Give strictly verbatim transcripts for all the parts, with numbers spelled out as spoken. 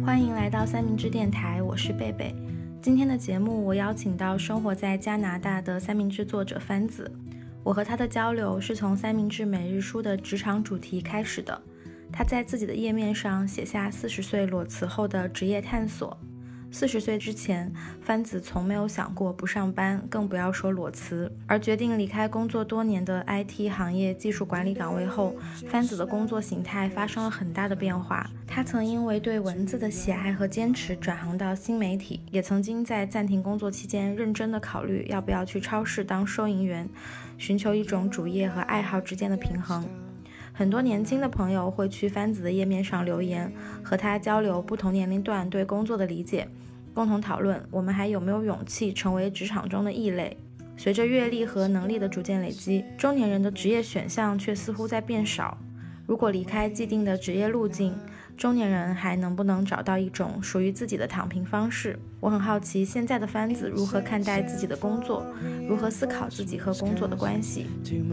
欢迎来到三明治电台，我是贝贝。今天的节目我邀请到生活在加拿大的三明治作者番子，我和他的交流是从三明治每日书的职场主题开始的。他在自己的页面上写下四十岁裸辞后的职业探索。四十岁之前，番子从没有想过不上班，更不要说裸辞。而决定离开工作多年的 I T 行业技术管理岗位后，番子的工作形态发生了很大的变化。他曾因为对文字的喜爱和坚持转行到新媒体，也曾经在暂停工作期间认真的考虑要不要去超市当收银员，寻求一种主业和爱好之间的平衡。很多年轻的朋友会去番子的页面上留言，和他交流不同年龄段对工作的理解，共同讨论我们还有没有勇气成为职场中的异类。随着阅历和能力的逐渐累积，中年人的职业选项却似乎在变少。如果离开既定的职业路径，中年人还能不能找到一种属于自己的躺平方式？我很好奇现在的番子如何看待自己的工作，如何思考自己和工作的关系。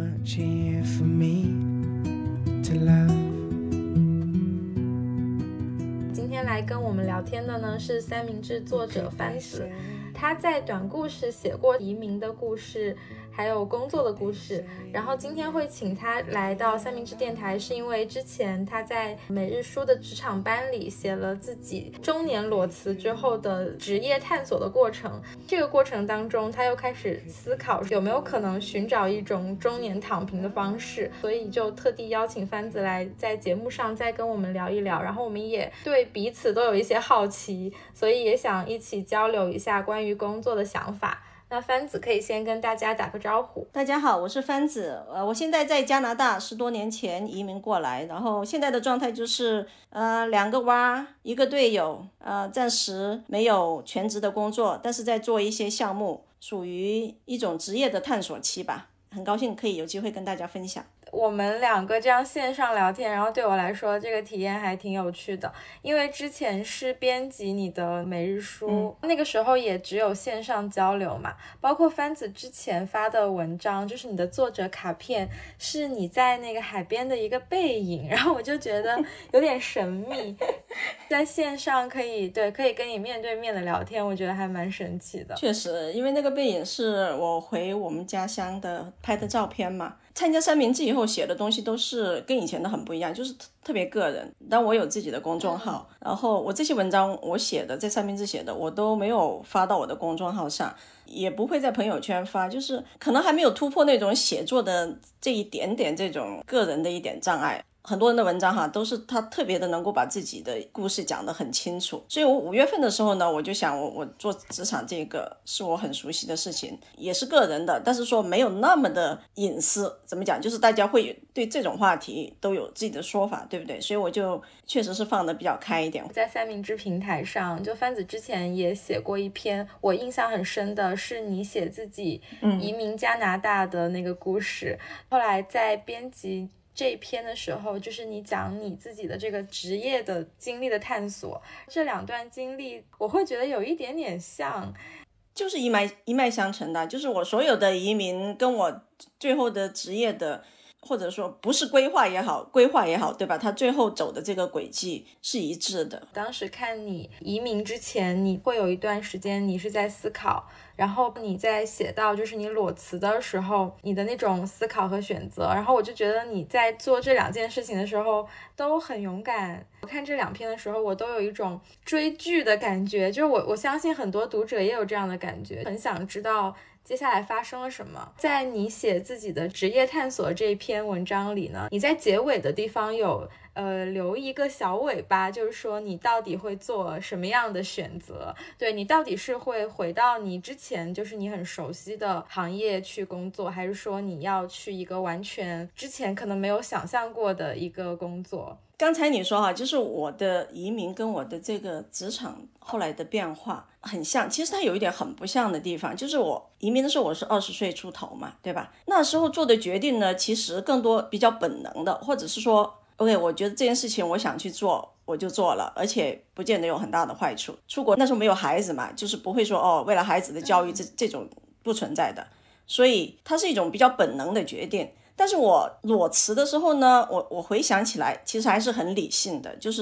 今天来跟我们聊天的呢是三明治作者番子，他在短故事写过移民的故事，还有工作的故事。然后今天会请他来到三明治电台，是因为之前他在每日书的职场班里写了自己中年裸辞之后的职业探索的过程。这个过程当中，他又开始思考有没有可能寻找一种中年躺平的方式，所以就特地邀请番子来在节目上再跟我们聊一聊。然后我们也对彼此都有一些好奇，所以也想一起交流一下关于工作的想法。那番子可以先跟大家打个招呼。 大家好，我是番子，呃，我现在在加拿大，十多年前移民过来，然后现在的状态就是，呃，两个娃，一个队友，呃，暂时没有全职的工作，但是在做一些项目，属于一种职业的探索期吧。很高兴可以有机会跟大家分享。 我们两个这样线上聊天，然后对我来说这个体验还挺有趣的，因为之前是编辑你的每日书、嗯、那个时候也只有线上交流嘛，包括番子之前发的文章，就是你的作者卡片是你在那个海边的一个背影，然后我就觉得有点神秘在线上可以对可以跟你面对面的聊天，我觉得还蛮神奇的。 确实，因为那个背影是我回我们家乡的拍的照片嘛。参加三明治以后写的东西都是跟以前的很不一样，就是特别个人。但我有自己的公众号、嗯、然后我这些文章我写的在三明治写的我都没有发到我的公众号上，也不会在朋友圈发，就是可能还没有突破那种写作的这一点点这种个人的一点障碍。很多人的文章哈，都是他特别的能够把自己的故事讲得很清楚，所以我五月份的时候呢，我就想我我做职场这个是我很熟悉的事情，也是个人的，但是说没有那么的隐私，怎么讲，就是大家会对这种话题都有自己的说法，对不对？所以我就确实是放得比较开一点。 在三明治平台上，就番子之前也写过一篇，我印象很深的是你写自己移民加拿大的那个故事、嗯、后来在编辑这一篇的时候，就是你讲你自己的这个职业的经历的探索，这两段经历我会觉得有一点点像， 就是一脉一脉相承的，就是我所有的移民跟我最后的职业的，或者说不是规划也好规划也好，对吧，他最后走的这个轨迹是一致的。 当时看你移民之前，你会有一段时间你是在思考，然后你在写到就是你裸辞的时候你的那种思考和选择，然后我就觉得你在做这两件事情的时候都很勇敢。我看这两篇的时候我都有一种追剧的感觉，就是我我相信很多读者也有这样的感觉，很想知道接下来发生了什么。在你写自己的职业探索这一篇文章里呢，你在结尾的地方有呃留一个小尾巴，就是说你到底会做什么样的选择，对，你到底是会回到你之前就是你很熟悉的行业去工作，还是说你要去一个完全之前可能没有想象过的一个工作。 刚才你说哈，就是我的移民跟我的这个职场后来的变化很像，其实它有一点很不像的地方，就是我移民的时候我是二十岁出头嘛，对吧？那时候做的决定呢，其实更多比较本能的，或者是说 OK 我觉得这件事情我想去做我就做了，而且不见得有很大的坏处。出国那时候没有孩子嘛，就是不会说哦为了孩子的教育这这种不存在的，所以它是一种比较本能的决定。但是我裸辞的时候呢，我我回想起来其实还是很理性的，就是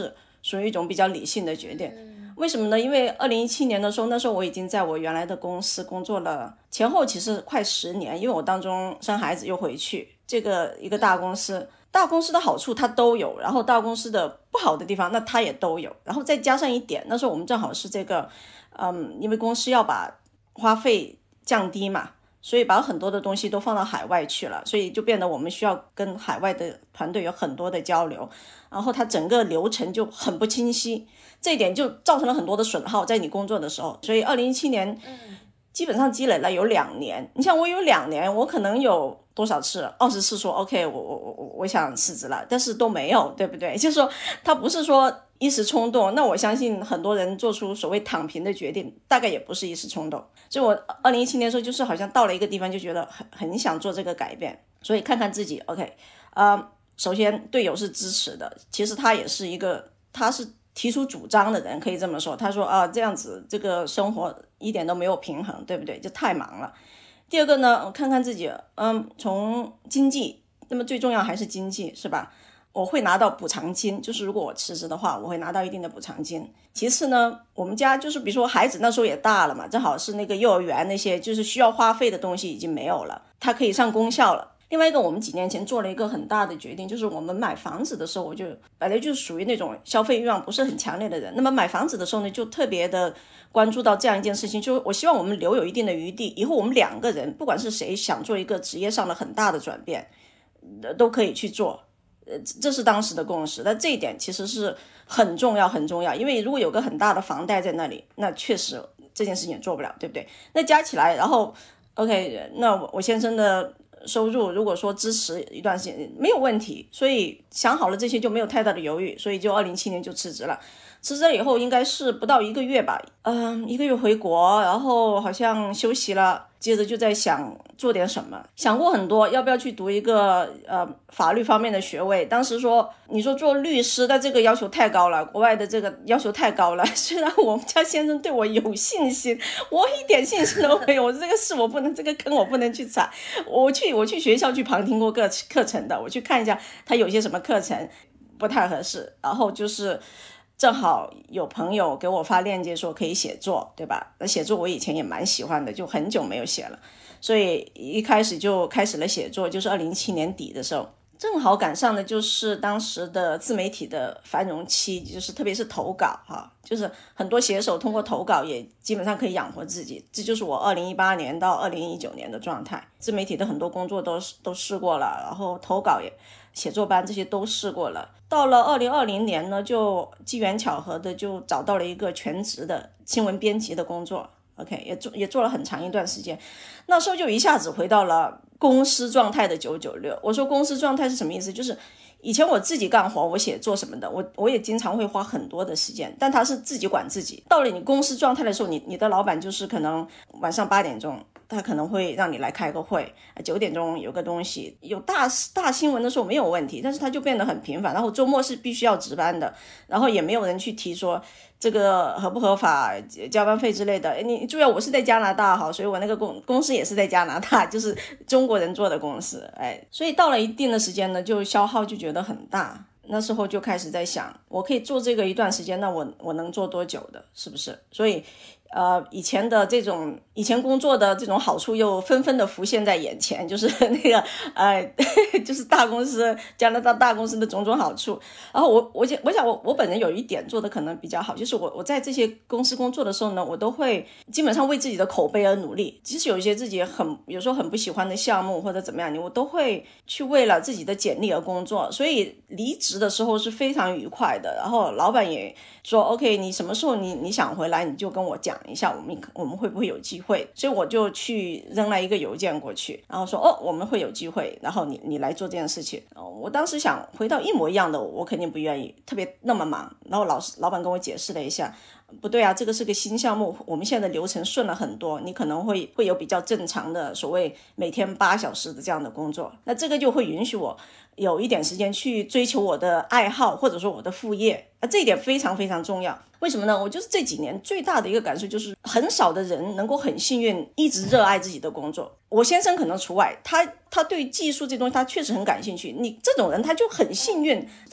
属于一种比较理性的决定。为什么呢？因为二零一七年的时候，那时候我已经在我原来的公司工作了前后其实快十年，因为我当中生孩子又回去，这个一个大公司，大公司的好处它都有，然后大公司的不好的地方那它也都有，然后再加上一点，那时候我们正好是这个嗯，因为公司要把花费降低嘛，所以把很多的东西都放到海外去了，所以就变得我们需要跟海外的团队有很多的交流，然后它整个流程就很不清晰，这一点就造成了很多的损耗在你工作的时候。所以二零一七年基本上积累了有两年，你像我有两年我可能有多少次二十次说 OK 我我我我想辞职了，但是都没有，对不对？就是说它不是说一时冲动，那我相信很多人做出所谓躺平的决定大概也不是一时冲动。所以我二零一七年的时候就是好像到了一个地方就觉得很很想做这个改变，所以看看自己 OK 呃，首先队友是支持的，其实他也是一个他是提出主张的人，可以这么说，他说啊这样子这个生活一点都没有平衡，对不对？就太忙了。第二个呢，看看自己嗯，从经济，那么最重要还是经济，是吧？我会拿到补偿金，就是如果我辞职的话我会拿到一定的补偿金。其次呢，我们家就是比如说孩子那时候也大了嘛，正好是那个幼儿园那些就是需要花费的东西已经没有了，他可以上公校了。另外一个，我们几年前做了一个很大的决定，就是我们买房子的时候，我就本来就是属于那种消费欲望不是很强烈的人，那么买房子的时候呢，就特别的关注到这样一件事情，就我希望我们留有一定的余地，以后我们两个人不管是谁想做一个职业上的很大的转变，都可以去做，呃，这是当时的共识。那这一点其实是很重要很重要，因为如果有个很大的房贷在那里，那确实这件事情做不了，对不对？那加起来，然后 OK， 那我我先生的收入如果说支持一段时间没有问题，所以想好了这些就没有太大的犹豫，所以就二零一七年就辞职了。辞职了以后应该是不到一个月吧，嗯，一个月回国，然后好像休息了，接着就在想做点什么，想过很多，要不要去读一个呃法律方面的学位。当时说你说做律师，但这个要求太高了，国外的这个要求太高了。虽然我们家先生对我有信心，我一点信心都没有，我这个事我不能，这个坑我不能去踩。我去我去学校去旁听过课课程的，我去看一下他有些什么课程不太合适，然后就是正好有朋友给我发链接说可以写作，对吧？那写作我以前也蛮喜欢的，就很久没有写了，所以一开始就开始了写作，就是二零一七年底的时候，正好赶上的就是当时的自媒体的繁荣期，就是特别是投稿哈，就是很多写手通过投稿也基本上可以养活自己，这就是我二零一八年到二零一九年的状态。自媒体的很多工作都都试过了，然后投稿也写作班这些都试过了。到了二零二零年呢，就机缘巧合的就找到了一个全职的新闻编辑的工作 OK， 也做也做了很长一段时间。那时候就一下子回到了公司状态的九九六。我说公司状态是什么意思？就是以前我自己干活，我写作什么的，我我也经常会花很多的时间，但他是自己管自己。到了你公司状态的时候，你你的老板就是可能晚上八点钟他可能会让你来开个会，九点钟有个东西，有大大新闻的时候没有问题，但是他就变得很频繁，然后周末是必须要值班的，然后也没有人去提说这个合不合法，加班费之类的。你注意我是在加拿大哈，所以我那个公公司也是在加拿大，就是中国人做的公司，哎，所以到了一定的时间呢，就消耗就觉得很大。那时候就开始在想，我可以做这个一段时间，那我我能做多久的，是不是？所以呃，以前的这种以前工作的这种好处又纷纷的浮现在眼前，就是那个呃，就是大公司加拿大大公司的种种好处。然后我我想我想我我本人有一点做的可能比较好，就是我我在这些公司工作的时候呢，我都会基本上为自己的口碑而努力。即使有一些自己很有时候很不喜欢的项目或者怎么样，我都会去为了自己的简历而工作。所以离职的时候是非常愉快的。然后老板也说 OK， 你什么时候你你想回来你就跟我讲一下，我们我们会不会有机会。所以我就去扔了一个邮件过去，然后说哦我们会有机会，然后你你来做这件事情。我当时想回到一模一样的我肯定不愿意，特别那么忙。然后老师老板跟我解释了一下，不对啊，这个是个新项目，我们现在的流程顺了很多，你可能会会有比较正常的所谓每天八小时的这样的工作，那这个就会允许我有一点时间去追求我的爱好或者说我的副业啊，这一点非常非常重要。为什么呢？我就是这几年最大的一个感受就是很少的人能够很幸运一直热爱自己的工作。我先生可能除外，他他对技术这东西他确实很感兴趣，你这种人他就很幸运，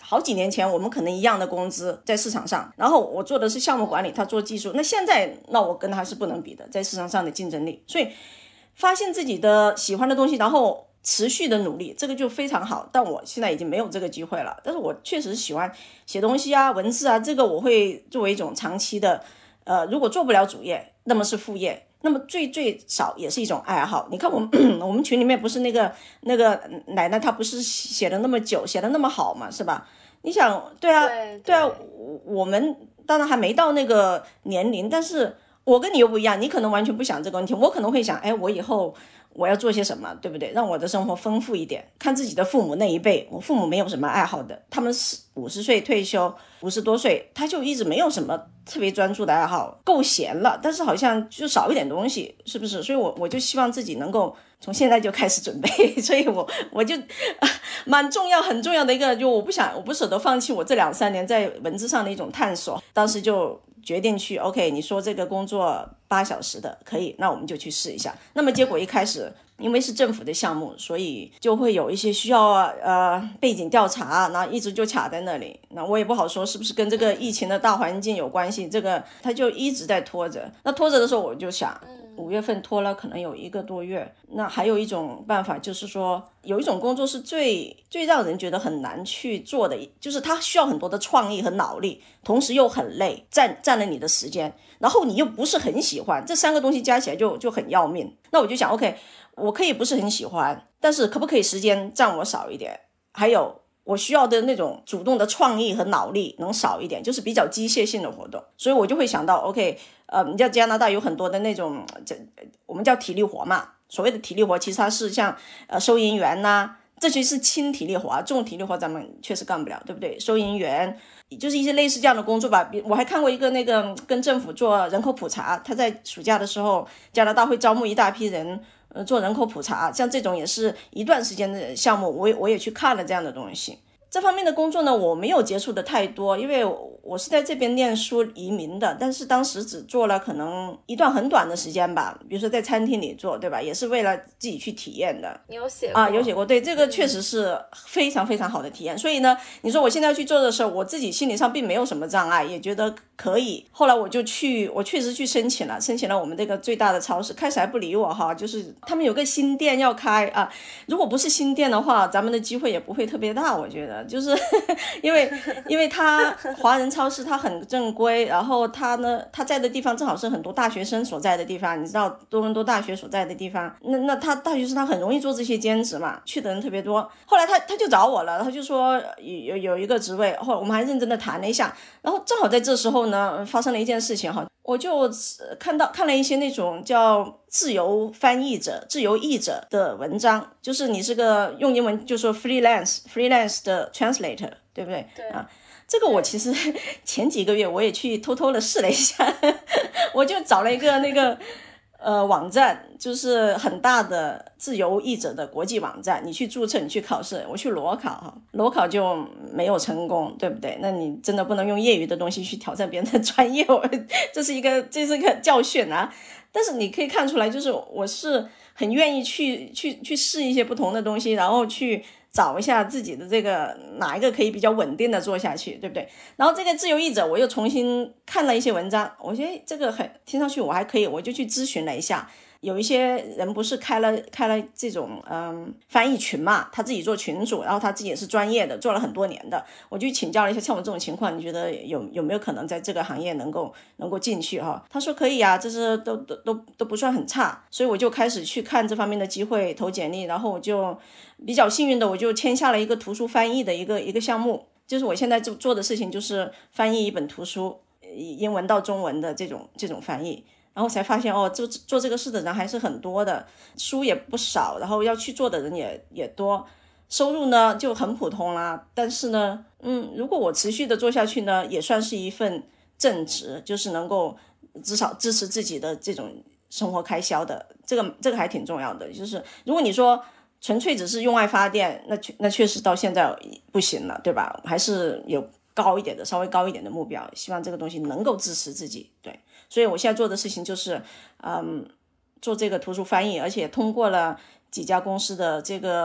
好几年前我们可能一样的工资在市场上，然后我做的是项目管理，他做技术，那现在那我跟他是不能比的，在市场上的竞争力。所以发现自己的喜欢的东西，然后持续的努力，这个就非常好。但我现在已经没有这个机会了，但是我确实喜欢写东西啊，文字啊，这个我会作为一种长期的呃，如果做不了主业，那么是副业，那么最最少也是一种爱好。你看我们我们群里面不是那个那个奶奶，她不是写的那么久，写的那么好嘛，是吧？你想，对啊， 对对啊，我们当然还没到那个年龄，但是我跟你又不一样，你可能完全不想这个问题，我可能会想，哎，我以后我要做些什么，对不对？让我的生活丰富一点。看自己的父母那一辈，我父母没有什么爱好的，他们是五十岁退休，五十多岁他就一直没有什么特别专注的爱好，够闲了，但是好像就少一点东西，是不是？所以我我就希望自己能够从现在就开始准备，所以我我就、啊、蛮重要很重要的一个，就我不想我不舍得放弃我这两三年在文字上的一种探索，当时就决定去 OK， 你说这个工作八小时的可以，那我们就去试一下。那么结果一开始因为是政府的项目，所以就会有一些需要呃背景调查，然后一直就卡在那里。那我也不好说是不是跟这个疫情的大环境有关系，这个它就一直在拖着。那拖着的时候我就想，五月份拖了可能有一个多月。那还有一种办法就是说，有一种工作是最最让人觉得很难去做的，就是它需要很多的创意和脑力，同时又很累，占占了你的时间，然后你又不是很喜欢，这三个东西加起来就就很要命。那我就想 OK， 我可以不是很喜欢，但是可不可以时间占我少一点，还有我需要的那种主动的创意和脑力能少一点，就是比较机械性的活动。所以我就会想到 OK， 呃，你在加拿大有很多的那种这我们叫体力活嘛，所谓的体力活其实它是像呃收银员呐、啊，这就是轻体力活，重体力活咱们确实干不了，对不对？收银员就是一些类似这样的工作吧。我还看过一个那个跟政府做人口普查，他在暑假的时候加拿大会招募一大批人呃做人口普查，像这种也是一段时间的项目，我也我也去看了这样的东西。这方面的工作呢，我没有接触的太多，因为我是在这边念书移民的，但是当时只做了可能一段很短的时间吧，比如说在餐厅里做，对吧？也是为了自己去体验的。 你有写过啊？有写过，对，这个确实是非常非常好的体验。所以呢，你说我现在去做的时候，我自己心理上并没有什么障碍，也觉得可以。后来我就去，我确实去申请了，申请了我们这个最大的超市，开始还不理我哈，就是他们有个新店要开啊，如果不是新店的话，咱们的机会也不会特别大，我觉得。就是因为因为他华人超市他很正规，然后他呢他在的地方正好是很多大学生所在的地方，你知道多伦多大学所在的地方，那那他大学生他很容易做这些兼职嘛，去的人特别多。后来他他就找我了，他就说有有一个职位，后来我们还认真的谈了一下，然后正好在这时候呢发生了一件事情哈，我就看到看了一些那种叫自由翻译者、自由译者的文章，就是你是个用英文就说 freelance freelance 的 translator， 对不对？ 对啊，这个我其实前几个月我也去偷偷的试了一下，我就找了一个那个呃网站，就是很大的自由译者的国际网站，你去注册，你去考试，我去裸考哈，裸考就没有成功，对不对？那你真的不能用业余的东西去挑战别人的专业，这是一个这是一个教训啊。但是你可以看出来，就是我是很愿意去去去试一些不同的东西，然后去找一下自己的这个哪一个可以比较稳定的做下去，对不对？然后这个自由译者我又重新看了一些文章，我觉得这个很听上去我还可以，我就去咨询了一下。有一些人不是开了开了这种嗯翻译群嘛，他自己做群主，然后他自己也是专业的，做了很多年的，我就请教了一下，像我这种情况，你觉得有有没有可能在这个行业能够能够进去哈？他说可以啊，这是都都都都不算很差，所以我就开始去看这方面的机会，投简历，然后我就比较幸运的，我就签下了一个图书翻译的一个一个项目，就是我现在做做的事情就是翻译一本图书，英文到中文的这种这种翻译。然后才发现哦，做做这个事的人还是很多的，书也不少，然后要去做的人也也多，收入呢就很普通啦。但是呢，嗯，如果我持续的做下去呢，也算是一份正职，就是能够至少支持自己的这种生活开销的，这个这个还挺重要的。就是如果你说纯粹只是用爱发电，那那确实到现在不行了，对吧？还是有高一点的，稍微高一点的目标，希望这个东西能够支持自己，对。所以我现在做的事情就是，嗯，做这个图书翻译，而且通过了几家公司的这个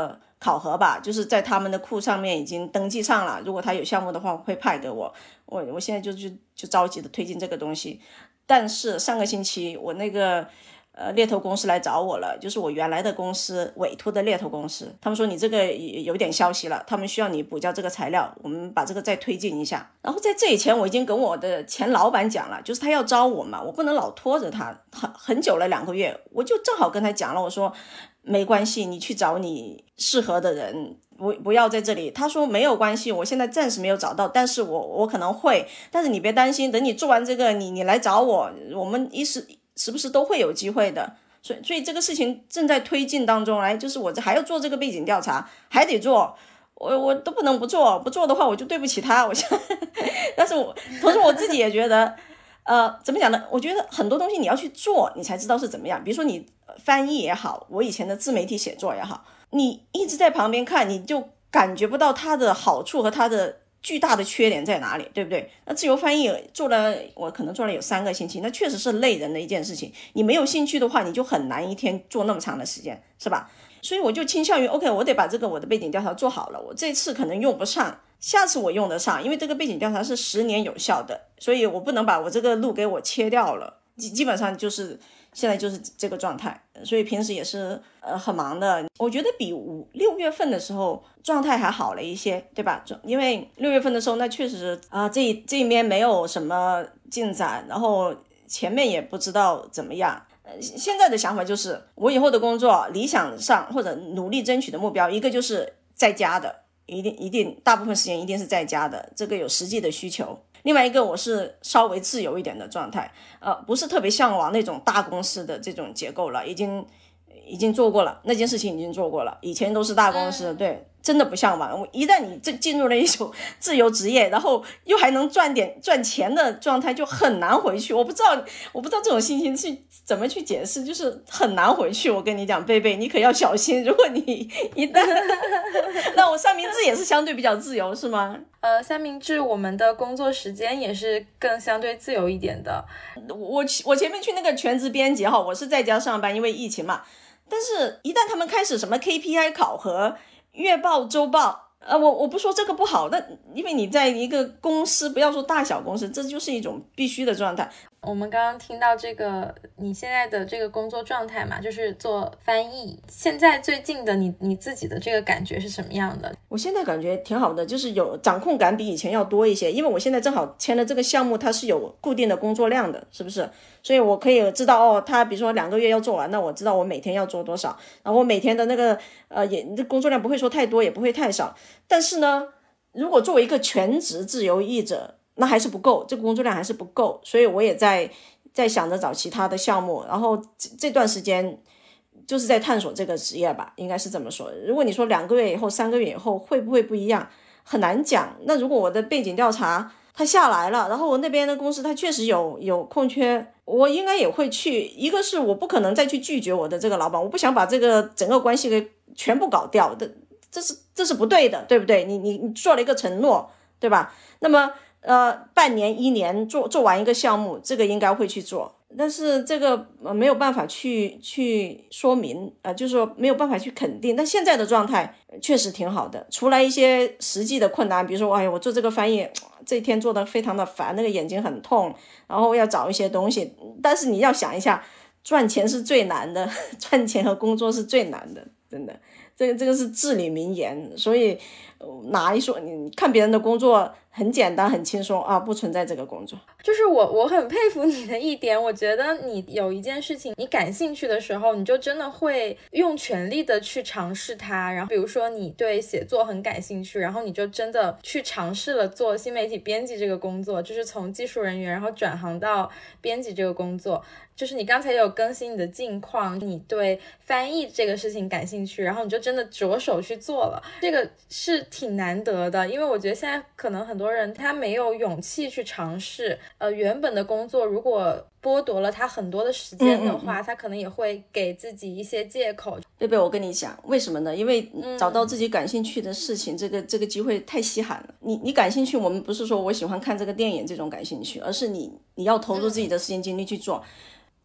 考核吧，就是在他们的库上面已经登记上了，如果他有项目的话会派给我，我我现在就就就着急的推进这个东西。但是上个星期我那个呃猎头公司来找我了，就是我原来的公司委托的猎头公司，他们说你这个有点消息了，他们需要你补交这个材料，我们把这个再推进一下。然后在这以前我已经跟我的前老板讲了，就是他要招我嘛，我不能老拖着他，很很久了两个月，我就正好跟他讲了，我说没关系，你去找你适合的人，不不要在这里。他说没有关系，我现在暂时没有找到，但是我我可能会，但是你别担心，等你做完这个，你你来找我，我们一时时不时都会有机会的。所以所以这个事情正在推进当中来，就是我这还要做这个背景调查，还得做，我我都不能不做，不做的话我就对不起他。我想，但是我同时我自己也觉得。呃，怎么讲呢？我觉得很多东西你要去做，你才知道是怎么样。比如说你翻译也好，我以前的自媒体写作也好，你一直在旁边看，你就感觉不到它的好处和它的巨大的缺点在哪里，对不对？那自由翻译做了，我可能做了有三个星期，那确实是累人的一件事情。你没有兴趣的话，你就很难一天做那么长的时间，是吧？所以我就倾向于 OK， 我得把这个我的背景调查做好了，我这次可能用不上，下次我用得上，因为这个背景调查是十年有效的，所以我不能把我这个路给我切掉了。基基本上就是现在就是这个状态，所以平时也是呃很忙的。我觉得比五六月份的时候状态还好了一些，对吧？因为六月份的时候那确实啊、呃、这这一边没有什么进展，然后前面也不知道怎么样。现在的想法就是我以后的工作理想上或者努力争取的目标，一个就是在家的，一定一定大部分时间一定是在家的，这个有实际的需求。另外一个我是稍微自由一点的状态，呃，不是特别向往那种大公司的这种结构了，已经已经做过了，那件事情已经做过了，以前都是大公司，对，真的不向往。一旦你这进入了一种自由职业，然后又还能赚点赚钱的状态，就很难回去。我不知道，我不知道这种心情去怎么去解释，就是很难回去。我跟你讲，贝贝，你可要小心，如果你一旦那我三明治也是相对比较自由，是吗？ 呃，三明治我们的工作时间也是更相对自由一点的。 我我前面去那个全职编辑哈，我是在家上班，因为疫情嘛。但是一旦他们开始什么 K P I 考核、月报、周报，呃，我我不说这个不好，那因为你在一个公司，不要说大小公司，这就是一种必须的状态。 我们刚刚听到这个你现在的这个工作状态嘛，就是做翻译，现在最近的你你自己的这个感觉是什么样的？ 我现在感觉挺好的，就是有掌控感比以前要多一些，因为我现在正好签了这个项目，它是有固定的工作量的，是不是？所以我可以知道哦，他比如说两个月要做完，那我知道我每天要做多少，然后我每天的那个呃也工作量不会说太多，也不会太少。但是呢，如果作为一个全职自由译者，那还是不够，这个工作量还是不够，所以我也在在想着找其他的项目，然后这这段时间就是在探索这个职业吧，应该是这么说。如果你说两个月以后、三个月以后会不会不一样，很难讲。那如果我的背景调查它下来了，然后我那边的公司它确实有有空缺，我应该也会去。一个是我不可能再去拒绝我的这个老板，我不想把这个整个关系给全部搞掉的，这是这是不对的，对不对？你你你做了一个承诺，对吧？那么呃，半年一年做做完一个项目，这个应该会去做，但是这个呃没有办法去去说明，呃，就是说没有办法去肯定。但现在的状态确实挺好的，除了一些实际的困难，比如说，哎呀，我做这个翻译这一天做的非常的烦，那个眼睛很痛，然后要找一些东西。但是你要想一下，赚钱是最难的，赚钱和工作是最难的，真的。这个这个是至理名言，所以哪一说你看别人的工作很简单很轻松啊，不存在这个工作。 就是我我很佩服你的一点，我觉得你有一件事情你感兴趣的时候，你就真的会用全力的去尝试它。然后比如说你对写作很感兴趣，然后你就真的去尝试了做新媒体编辑这个工作，就是从技术人员然后转行到编辑这个工作。就是你刚才也有更新你的近况，你对翻译这个事情感兴趣，然后你就真的着手去做了，这个是挺难得的。因为我觉得现在可能很多人他没有勇气去尝试，呃，原本的工作如果剥夺了他很多的时间的话，嗯嗯嗯他可能也会给自己一些借口。 贝贝，我跟你讲，为什么呢？因为找到自己感兴趣的事情，嗯、这个这个机会太稀罕了。你你感兴趣，我们不是说我喜欢看这个电影这种感兴趣，而是你你要投入自己的时间精力去做。嗯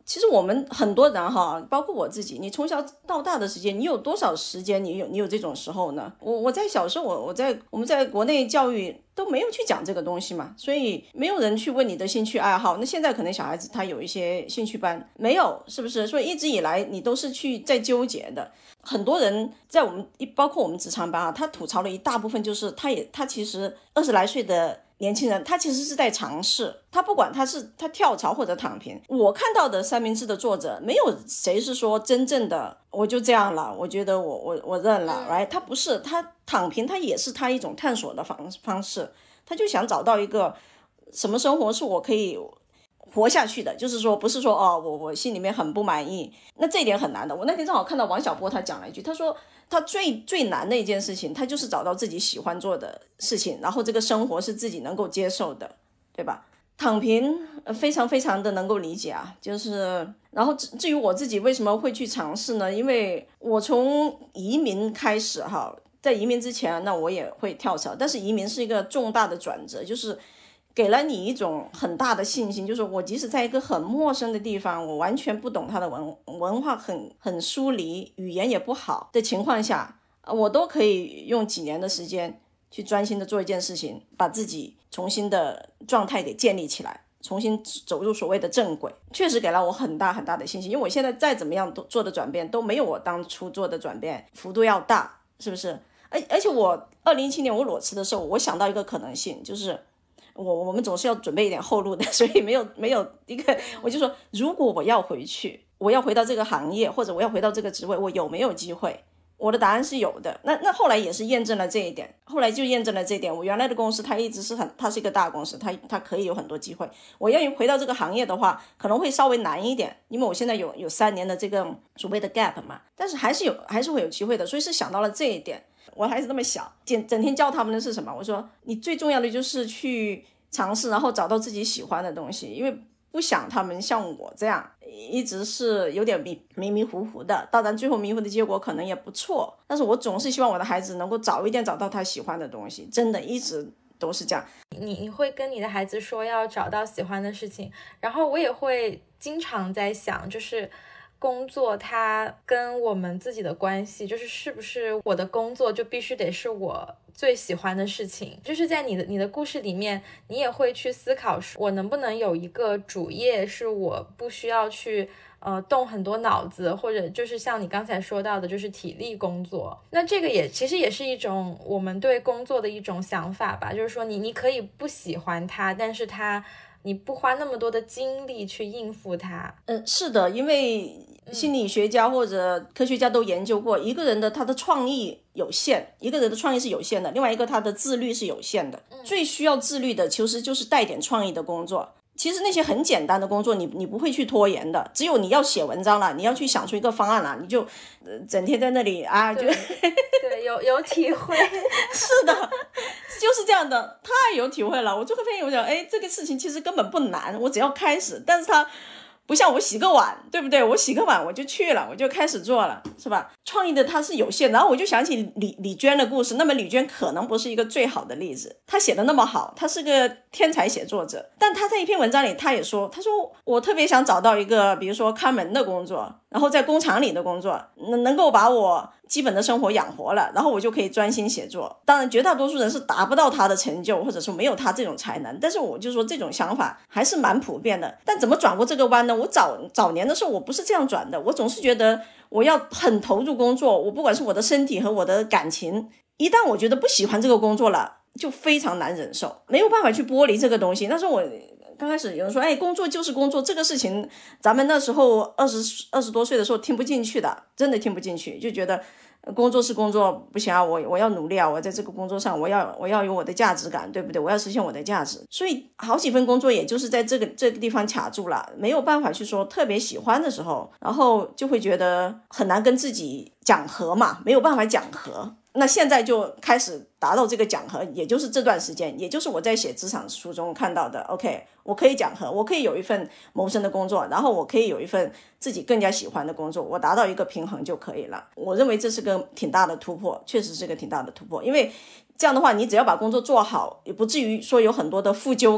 其实我们很多人哈，包括我自己，你从小到大的时间，你有多少时间你有你有这种时候呢？我我在小时候，我我在我们在国内教育都没有去讲这个东西嘛，所以没有人去问你的兴趣爱好。那现在可能小孩子他有一些兴趣班，没有，是不是？所以一直以来你都是去在纠结的。很多人在我们包括我们职场班啊，他吐槽了一大部分，就是他也他其实二十来岁的年轻人，他其实是在尝试，他不管他是他跳槽或者躺平。我看到的三明治的作者，没有谁是说真正的我就这样了，我觉得我我我认了，来、right? 他不是，他躺平，他也是他一种探索的方方式，他就想找到一个什么生活是我可以活下去的，就是说不是说哦我我心里面很不满意，那这一点很难的。我那天正好看到王小波他讲了一句，他说他最最难的一件事情，他就是找到自己喜欢做的事情，然后这个生活是自己能够接受的，对吧？躺平非常非常的能够理解啊，就是然后至于我自己为什么会去尝试呢？因为我从移民开始哈，在移民之前那我也会跳槽，但是移民是一个重大的转折，就是给了你一种很大的信心，就是我即使在一个很陌生的地方，我完全不懂它的文文化很很疏离，语言也不好的情况下，我都可以用几年的时间去专心的做一件事情，把自己重新的状态给建立起来，重新走入所谓的正轨，确实给了我很大很大的信心。因为我现在再怎么样做的转变都没有我当初做的转变幅度要大，是不是？而而且我二零一七年我裸辞的时候，我想到一个可能性，就是我我们总是要准备一点后路的，所以没有没有一个，我就说如果我要回去，我要回到这个行业，或者我要回到这个职位，我有没有机会？我的答案是有的。那那后来也是验证了这一点，后来就验证了这一点。我原来的公司它一直是很，它是一个大公司，它它可以有很多机会。我要回到这个行业的话，可能会稍微难一点，因为我现在有有三年的这个所谓的 gap 嘛，但是还是有还是会有机会的。所以是想到了这一点。我还是那么小，整整天教他们的是什么？我说你最重要的就是去尝试，然后找到自己喜欢的东西，因为不想他们像我这样一直是有点迷迷迷糊糊的，当然最后迷糊的结果可能也不错，但是我总是希望我的孩子能够早一点找到他喜欢的东西，真的一直都是这样。 你你会跟你的孩子说要找到喜欢的事情，然后我也会经常在想，就是工作它跟我们自己的关系，就是是不是我的工作就必须得是我最喜欢的事情。就是在你的你的故事里面，你也会去思考我能不能有一个主业是我不需要去呃动很多脑子，或者就是像你刚才说到的就是体力工作。那这个也其实也是一种我们对工作的一种想法吧，就是说你你可以不喜欢它，但是它你不花那么多的精力去应付它。 嗯，是的，因为心理学家或者科学家都研究过，一个人的他的创意有限，一个人的创意是有限的，另外一个他的自律是有限的。最需要自律的其实就是带点创意的工作。其实那些很简单的工作你你不会去拖延的，只有你要写文章了，你要去想出一个方案了，你就、呃、整天在那里啊，就对, 对有有体会是的，就是这样的，太有体会了。我就会发现我想哎，这个事情其实根本不难，我只要开始，但是它不像我洗个碗，对不对？我洗个碗我就去了，我就开始做了，是吧？创意的它是有限，然后我就想起李李娟的故事。那么李娟可能不是一个最好的例子，她写的那么好，她是个天才写作者，但她在一篇文章里她也说，她说我特别想找到一个比如说看门的工作，然后在工厂里的工作，能能够把我基本的生活养活了，然后我就可以专心写作。当然绝大多数人是达不到他的成就，或者说没有他这种才能，但是我就说这种想法还是蛮普遍的。但怎么转过这个弯呢？我早早年的时候我不是这样转的，我总是觉得我要很投入工作，我不管是我的身体和我的感情，一旦我觉得不喜欢这个工作了，就非常难忍受，没有办法去剥离这个东西。那时候我刚开始有人说哎，工作就是工作，这个事情咱们那时候二十二十多岁的时候听不进去的，真的听不进去，就觉得工作是工作，不行啊，我我要努力啊，我在这个工作上我要我要有我的价值感，对不对？我要实现我的价值。所以好几份工作也就是在这个这个地方卡住了，没有办法去说特别喜欢的时候，然后就会觉得很难跟自己讲和嘛，没有办法讲和。那现在就开始达到这个讲和，也就是这段时间，也就是我在写职场书中看到的 OK， 我可以讲和，我可以有一份谋生的工作，然后我可以有一份自己更加喜欢的工作，我达到一个平衡就可以了。我认为这是个挺大的突破，确实是个挺大的突破。因为这样的话你只要把工作做好，也不至于说有很多的负疚感，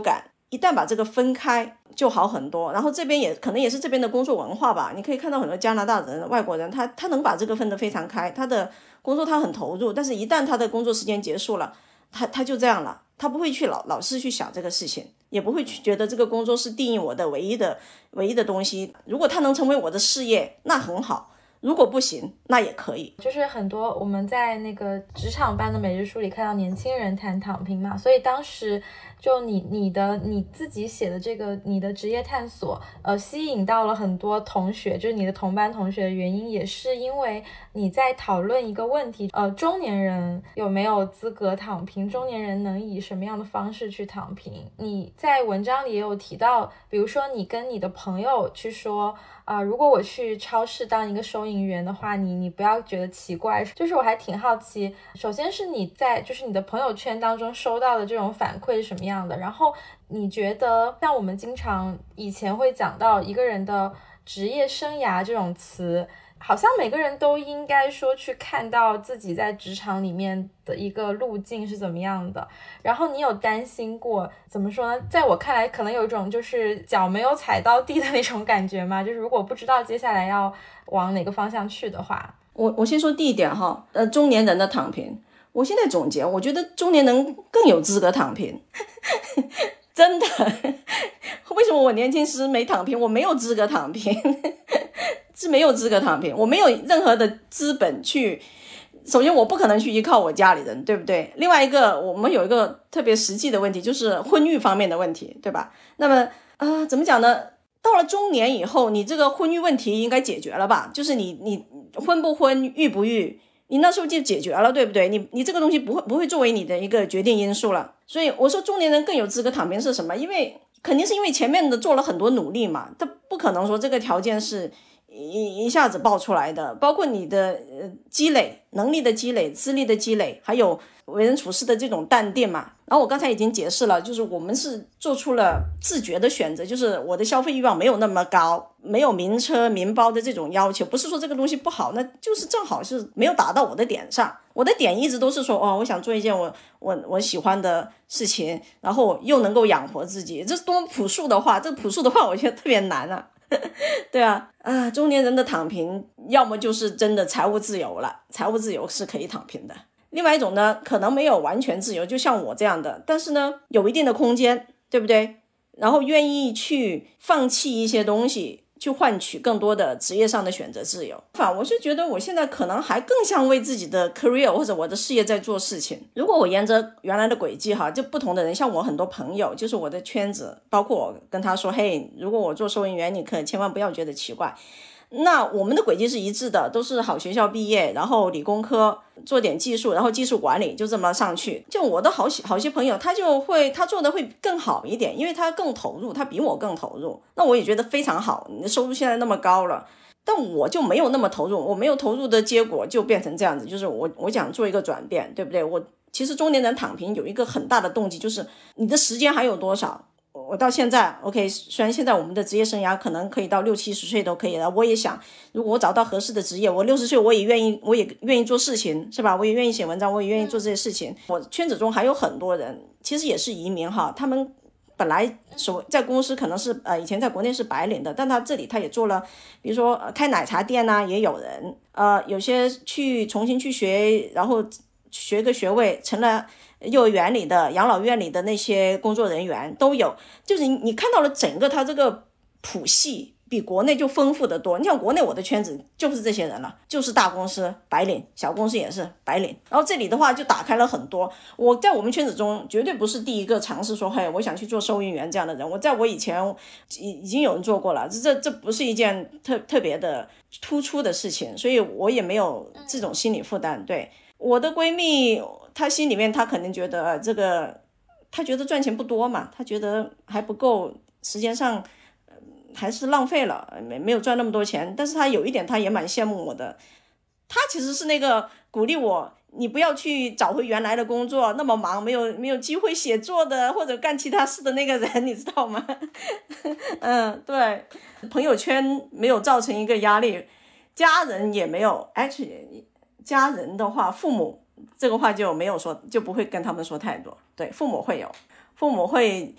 一旦把这个分开就好很多。然后这边也可能也是这边的工作文化吧，你可以看到很多加拿大人外国人他他能把这个分得非常开，他的工作他很投入，但是一旦他的工作时间结束了，他他就这样了，他不会去老老是去想这个事情，也不会去觉得这个工作是定义我的唯一的唯一的东西。如果他能成为我的事业那很好，如果不行那也可以。 就是很多我们在那个职场班的每日书里看到年轻人谈躺平嘛，所以当时就你你的你自己写的这个你的职业探索呃，吸引到了很多同学，就是你的同班同学的原因也是因为你在讨论一个问题，呃，中年人有没有资格躺平，中年人能以什么样的方式去躺平。你在文章里也有提到，比如说你跟你的朋友去说啊、呃，如果我去超市当一个收银员的话，你你不要觉得奇怪。就是我还挺好奇，首先是你在就是你的朋友圈当中收到的这种反馈是什么样的，然后你觉得像我们经常以前会讲到一个人的职业生涯这种词，好像每个人都应该说去看到自己在职场里面的一个路径是怎么样的，然后你有担心过怎么说呢，在我看来可能有一种就是脚没有踩到地的那种感觉吗？就是如果不知道接下来要往哪个方向去的话。 我我先说第一点哈，呃，中年人的躺平，我现在总结，我觉得中年人更有资格躺平真的为什么我年轻时没躺平？我没有资格躺平是没有资格躺平，我没有任何的资本去，首先我不可能去依靠我家里人，对不对？另外一个我们有一个特别实际的问题，就是婚育方面的问题，对吧？那么呃，怎么讲呢？到了中年以后，你这个婚育问题应该解决了吧？就是你你婚不婚育不育，你那时候就解决了，对不对？你你这个东西不会不会作为你的一个决定因素了。所以我说中年人更有资格躺平是什么？因为肯定是因为前面的做了很多努力嘛，他不可能说这个条件是一一下子爆出来的，包括你的呃积累、能力的积累、资历的积累，还有为人处事的这种淡定嘛。然后我刚才已经解释了，就是我们是做出了自觉的选择，就是我的消费欲望没有那么高，没有名车名包的这种要求，不是说这个东西不好，那就是正好是没有达到我的点上。我的点一直都是说，哦，我想做一件我我我喜欢的事情，然后又能够养活自己，这是多么朴素的话，这朴素的话我觉得特别难啊。对啊，啊，中年人的躺平，要么就是真的财务自由了，财务自由是可以躺平的。另外一种呢，可能没有完全自由，就像我这样的，但是呢，有一定的空间，对不对？然后愿意去放弃一些东西，去换取更多的职业上的选择自由。反我是觉得我现在可能还更像为自己的 career 或者我的事业在做事情。如果我沿着原来的轨迹哈，就不同的人，像我很多朋友，就是我的圈子，包括我跟他说，嘿，如果我做收银员，你可千万不要觉得奇怪。那我们的轨迹是一致的，都是好学校毕业，然后理工科做点技术，然后技术管理就这么上去。就我的好好些朋友，他就会他做的会更好一点，因为他更投入，他比我更投入。那我也觉得非常好，你的收入现在那么高了，但我就没有那么投入，我没有投入的结果就变成这样子，就是我我想做一个转变，对不对？我其实中年人躺平有一个很大的动机，就是你的时间还有多少。我到现在 OK， 虽然现在我们的职业生涯可能可以到六七十岁都可以了，我也想如果我找到合适的职业，我六十岁我也愿意，我也愿意做事情，是吧？我也愿意写文章，我也愿意做这些事情。我圈子中还有很多人其实也是移民哈，他们本来所在公司可能是呃以前在国内是白领的，但他这里他也做了，比如说、呃、开奶茶店啊，也有人呃有些去重新去学，然后学个学位成了幼儿园里的养老院里的那些工作人员都有，就是你你看到了整个他这个谱系比国内就丰富的多。你像国内我的圈子就是这些人了，就是大公司白领，小公司也是白领，然后这里的话就打开了很多。我在我们圈子中绝对不是第一个尝试说嘿我想去做收银员这样的人，我在我以前已已经有人做过了，这这不是一件特特别的突出的事情，所以我也没有这种心理负担。对我的闺蜜，她心里面她肯定觉得、呃、这个她觉得赚钱不多嘛，她觉得还不够，时间上、呃、还是浪费了，没没有赚那么多钱。但是她有一点她也蛮羡慕我的，她其实是那个鼓励我你不要去找回原来的工作，那么忙没有没有机会写作的或者干其他事的那个人，你知道吗？嗯，对，朋友圈没有造成一个压力，家人也没有 actually 家人的话，父母这个话就没有说，就不会跟他们说太多。对，父母会有，父母会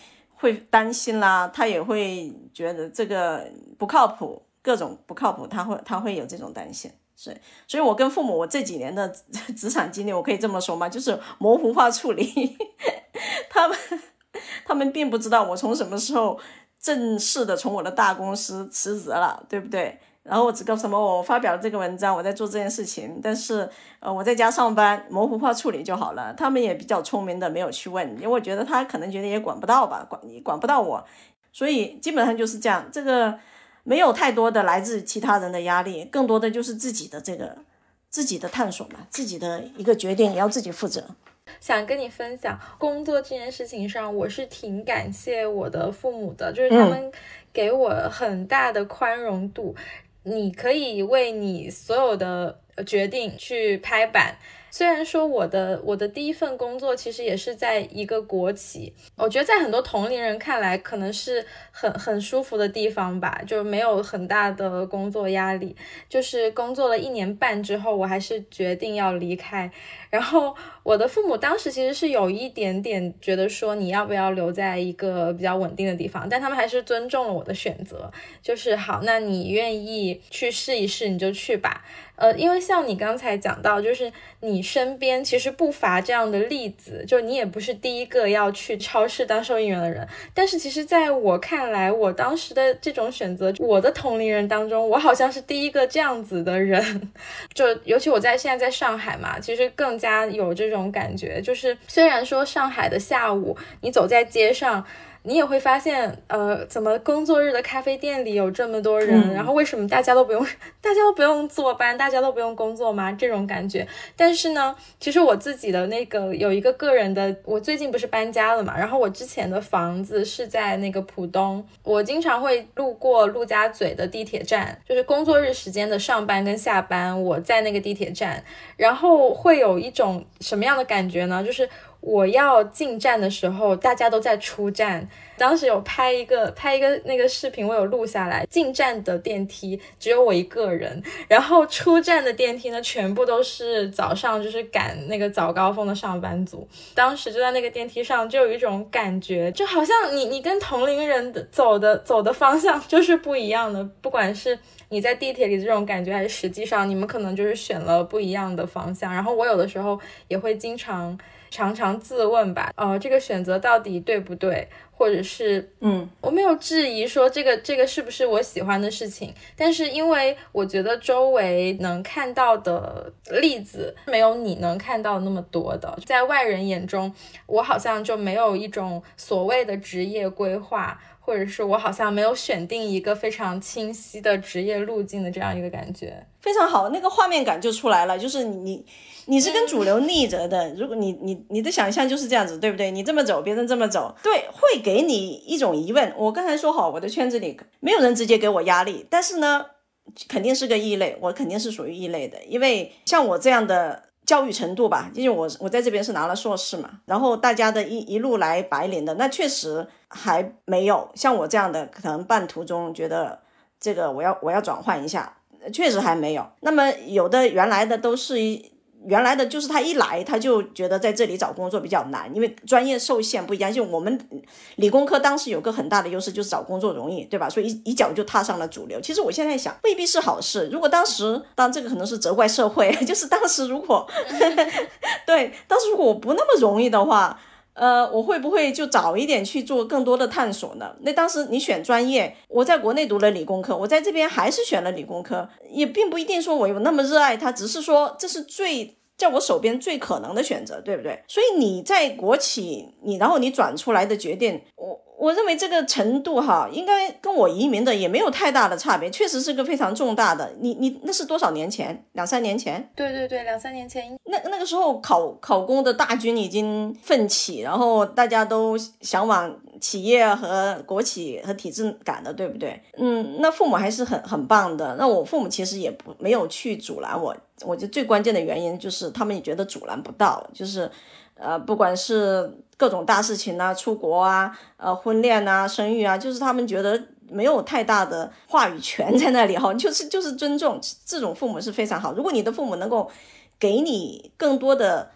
会担心啦，他也会觉得这个不靠谱，各种不靠谱，他会他会有这种担心。所以，所以我跟父母，我这几年的职场经历，我可以这么说吗？就是模糊化处理。他们他们并不知道我从什么时候正式的从我的大公司辞职了，对不对？然后我只告诉他们我发表了这个文章，我在做这件事情，但是呃我在家上班，模糊化处理就好了。他们也比较聪明的没有去问，因为我觉得他可能觉得也管不到吧，管你管不到我，所以基本上就是这样。这个没有太多的来自其他人的压力，更多的就是自己的这个自己的探索嘛，自己的一个决定也要自己负责。 想跟你分享工作这件事情上，我是挺感谢我的父母的，就是他们给我很大的宽容度，嗯、你可以为你所有的决定去拍板。虽然说我的我的第一份工作其实也是在一个国企，我觉得在很多同龄人看来可能是很很舒服的地方吧，就没有很大的工作压力。就是工作了一年半之后，我还是决定要离开。然后我的父母当时其实是有一点点觉得说你要不要留在一个比较稳定的地方，但他们还是尊重了我的选择，就是好，那你愿意去试一试你就去吧。呃，因为像你刚才讲到，就是你身边其实不乏这样的例子，就你也不是第一个要去超市当收银员的人，但是其实在我看来，我当时的这种选择，我的同龄人当中，我好像是第一个这样子的人。就尤其我在现在在上海嘛，其实更加有这种感觉，就是虽然说上海的下午你走在街上，你也会发现呃，怎么工作日的咖啡店里有这么多人、嗯、然后为什么大家都不用大家都不用坐班，大家都不用工作吗？这种感觉。但是呢，其实我自己的那个有一个个人的，我最近不是搬家了嘛，然后我之前的房子是在那个浦东，我经常会路过陆家嘴的地铁站，就是工作日时间的上班跟下班，我在那个地铁站，然后会有一种什么样的感觉呢？就是我要进站的时候大家都在出站，当时有拍一个拍一个那个视频，我有录下来，进站的电梯只有我一个人，然后出站的电梯呢全部都是早上就是赶那个早高峰的上班族，当时就在那个电梯上就有一种感觉，就好像你你跟同龄人的走的走的方向就是不一样的，不管是你在地铁里这种感觉，还是实际上你们可能就是选了不一样的方向。然后我有的时候也会经常常常自问吧，呃，这个选择到底对不对，或者是嗯，我没有质疑说这个这个是不是我喜欢的事情，但是因为我觉得周围能看到的例子没有你能看到那么多的，在外人眼中我好像就没有一种所谓的职业规划，或者是我好像没有选定一个非常清晰的职业路径的这样一个感觉。 非常好，那个画面感就出来了，就是你你是跟主流逆着的、嗯、如果你你你的想象就是这样子，对不对？你这么走别人这么走，对，会给你一种疑问。我刚才说好，我的圈子里没有人直接给我压力，但是呢肯定是个异类，我肯定是属于异类的，因为像我这样的教育程度吧，因为我我在这边是拿了硕士嘛，然后大家的一一路来白领的，那确实还没有像我这样的，可能半途中觉得这个我要我要转换一下，确实还没有。那么有的原来的都是原来的就是他一来他就觉得在这里找工作比较难，因为专业受限不一样，就我们理工科当时有个很大的优势就是找工作容易，对吧？所以 一, 一脚就踏上了主流。其实我现在想未必是好事，如果当时当然这个可能是责怪社会，就是当时如果对当时如果我不那么容易的话，呃，我会不会就早一点去做更多的探索呢？那当时你选专业，我在国内读了理工科，我在这边还是选了理工科，也并不一定说我有那么热爱它，只是说这是最在我手边最可能的选择，对不对？所以你在国企，你然后你转出来的决定，我我认为这个程度哈，应该跟我移民的也没有太大的差别，确实是个非常重大的。你你那是多少年前？两三年前？ 对对对，两三年前。 那那个时候考考公的大军已经奋起，然后大家都向往企业和国企和体制感的，对不对？嗯，那父母还是很很棒的。那我父母其实也不没有去阻拦我，我觉得最关键的原因就是他们也觉得阻拦不到，就是呃，不管是各种大事情啊，出国啊，呃，婚恋啊，生育啊，就是他们觉得没有太大的话语权在那里哈，就是就是尊重，这种父母是非常好。如果你的父母能够给你更多的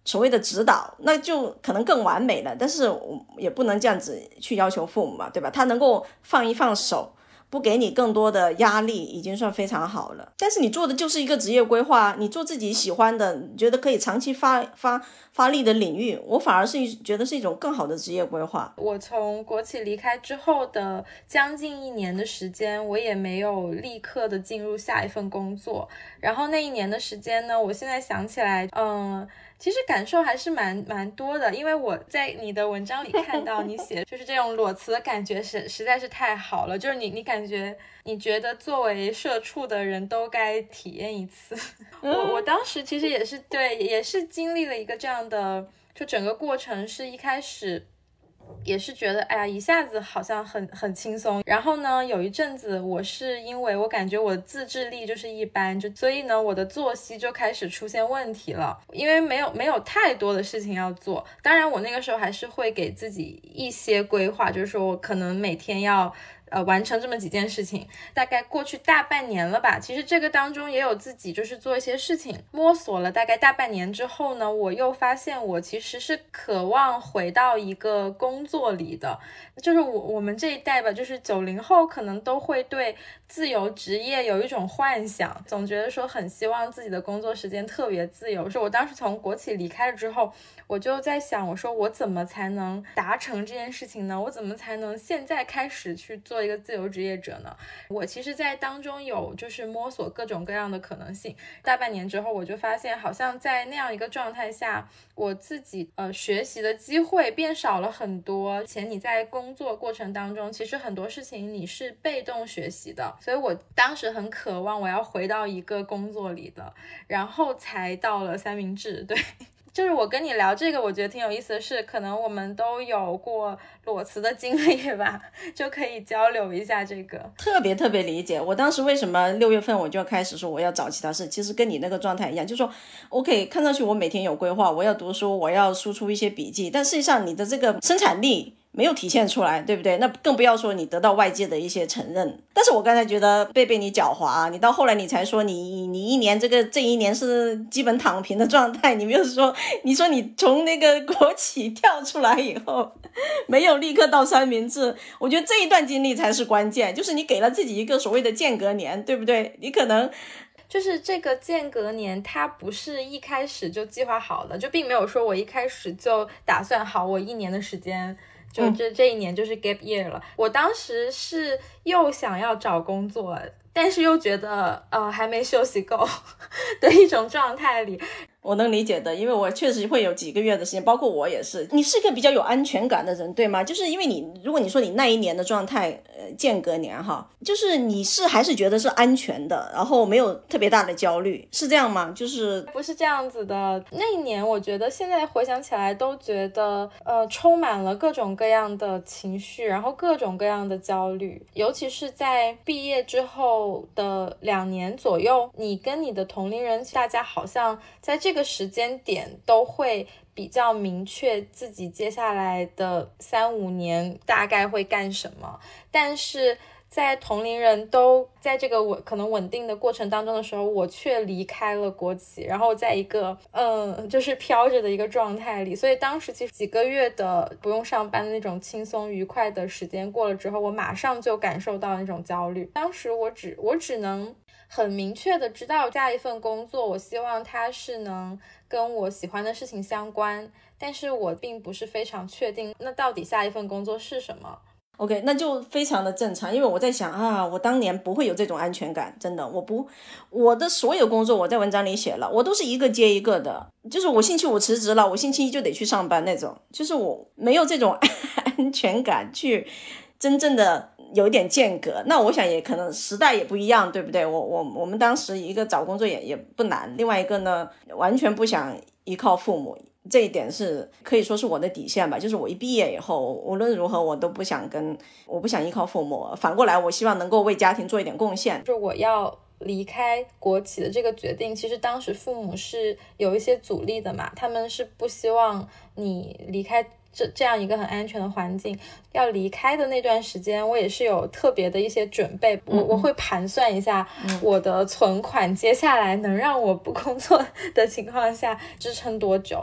所谓的指导，那就可能更完美了。但是我也不能这样子去要求父母嘛，对吧？他能够放一放手，不给你更多的压力，已经算非常好了。但是你做的就是一个职业规划，你做自己喜欢的，你觉得可以长期发发发力的领域，我反而是觉得是一种更好的职业规划。 我从国企离开之后的将近一年的时间，我也没有立刻的进入下一份工作。然后那一年的时间呢，我现在想起来，嗯。其实感受还是蛮蛮多的，因为我在你的文章里看到你写就是这种裸辞的感觉是实在是太好了，就是你你感觉你觉得作为社畜的人都该体验一次。我我当时其实也是对也是经历了一个这样的，就整个过程是一开始也是觉得哎呀一下子好像很很轻松，然后呢有一阵子我是因为我感觉我的自制力就是一般，就所以呢我的作息就开始出现问题了，因为没有没有太多的事情要做。当然我那个时候还是会给自己一些规划，就是说我可能每天要呃，完成这么几件事情，大概过去大半年了吧。其实这个当中也有自己就是做一些事情，摸索了大概大半年之后呢，我又发现我其实是渴望回到一个工作里的。就是我我们这一代吧，就是九零后可能都会对自由职业有一种幻想，总觉得说很希望自己的工作时间特别自由。是我当时从国企离开了之后，我就在想，我说我怎么才能达成这件事情呢？我怎么才能现在开始去做一个自由职业者呢？我其实在当中有就是摸索各种各样的可能性。大半年之后，我就发现好像在那样一个状态下，我自己呃学习的机会变少了很多。且你在工作过程当中，其实很多事情你是被动学习的，所以我当时很渴望我要回到一个工作里的，然后才到了三明治。对，就是我跟你聊这个，我觉得挺有意思的是，可能我们都有过裸辞的经历吧，就可以交流一下这个。 特别特别理解，我当时为什么六月份我就开始说我要找其他事，其实跟你那个状态一样，就是说 OK 看上去我每天有规划，我要读书，我要输出一些笔记，但实际上你的这个生产力没有体现出来，对不对？那更不要说你得到外界的一些承认。但是我刚才觉得贝贝你狡猾，你到后来你才说你你一年这个这一年是基本躺平的状态，你没有说你说你从那个国企跳出来以后没有立刻到三明治，我觉得这一段经历才是关键，就是你给了自己一个所谓的间隔年，对不对？你可能就是这个间隔年它不是一开始就计划好的，就并没有说我一开始就打算好我一年的时间就这这一年就是 gap year 了。我当时是又想要找工作，但是又觉得呃还没休息够的一种状态里。 我能理解的，因为我确实会有几个月的时间，包括我也是。你是一个比较有安全感的人，对吗？就是因为你，如果你说你那一年的状态，呃，间隔年哈，就是你是还是觉得是安全的，然后没有特别大的焦虑，是这样吗？就是不是这样子的。那一年，我觉得现在回想起来都觉得，呃，充满了各种各样的情绪，然后各种各样的焦虑，尤其是在毕业之后的两年左右，你跟你的同龄人，大家好像在这个这个时间点都会比较明确自己接下来的三五年大概会干什么，但是在同龄人都在这个稳可能稳定的过程当中的时候，我却离开了国企，然后在一个嗯就是飘着的一个状态里。所以当时其实几个月的不用上班的那种轻松愉快的时间过了之后，我马上就感受到那种焦虑。当时我只我只能很明确的知道下一份工作我希望它是能跟我喜欢的事情相关，但是我并不是非常确定那到底下一份工作是什么。 OK， 那就非常的正常，因为我在想啊，我当年不会有这种安全感，真的，我不，我的所有工作我在文章里写了，我都是一个接一个的，就是我星期五辞职了，我星期一就得去上班那种，就是我没有这种安全感去真正的有一点间隔。那我想也可能时代也不一样，对不对？我我我们当时一个找工作也也不难，另外一个呢，完全不想依靠父母。这一点是可以说是我的底线吧，就是我一毕业以后，无论如何我都不想跟我不想依靠父母，反过来我希望能够为家庭做一点贡献。 就是我要离开国企的这个决定，其实当时父母是有一些阻力的嘛，他们是不希望你离开这这样一个很安全的环境。要离开的那段时间，我也是有特别的一些准备，我我会盘算一下我的存款接下来能让我不工作的情况下支撑多久。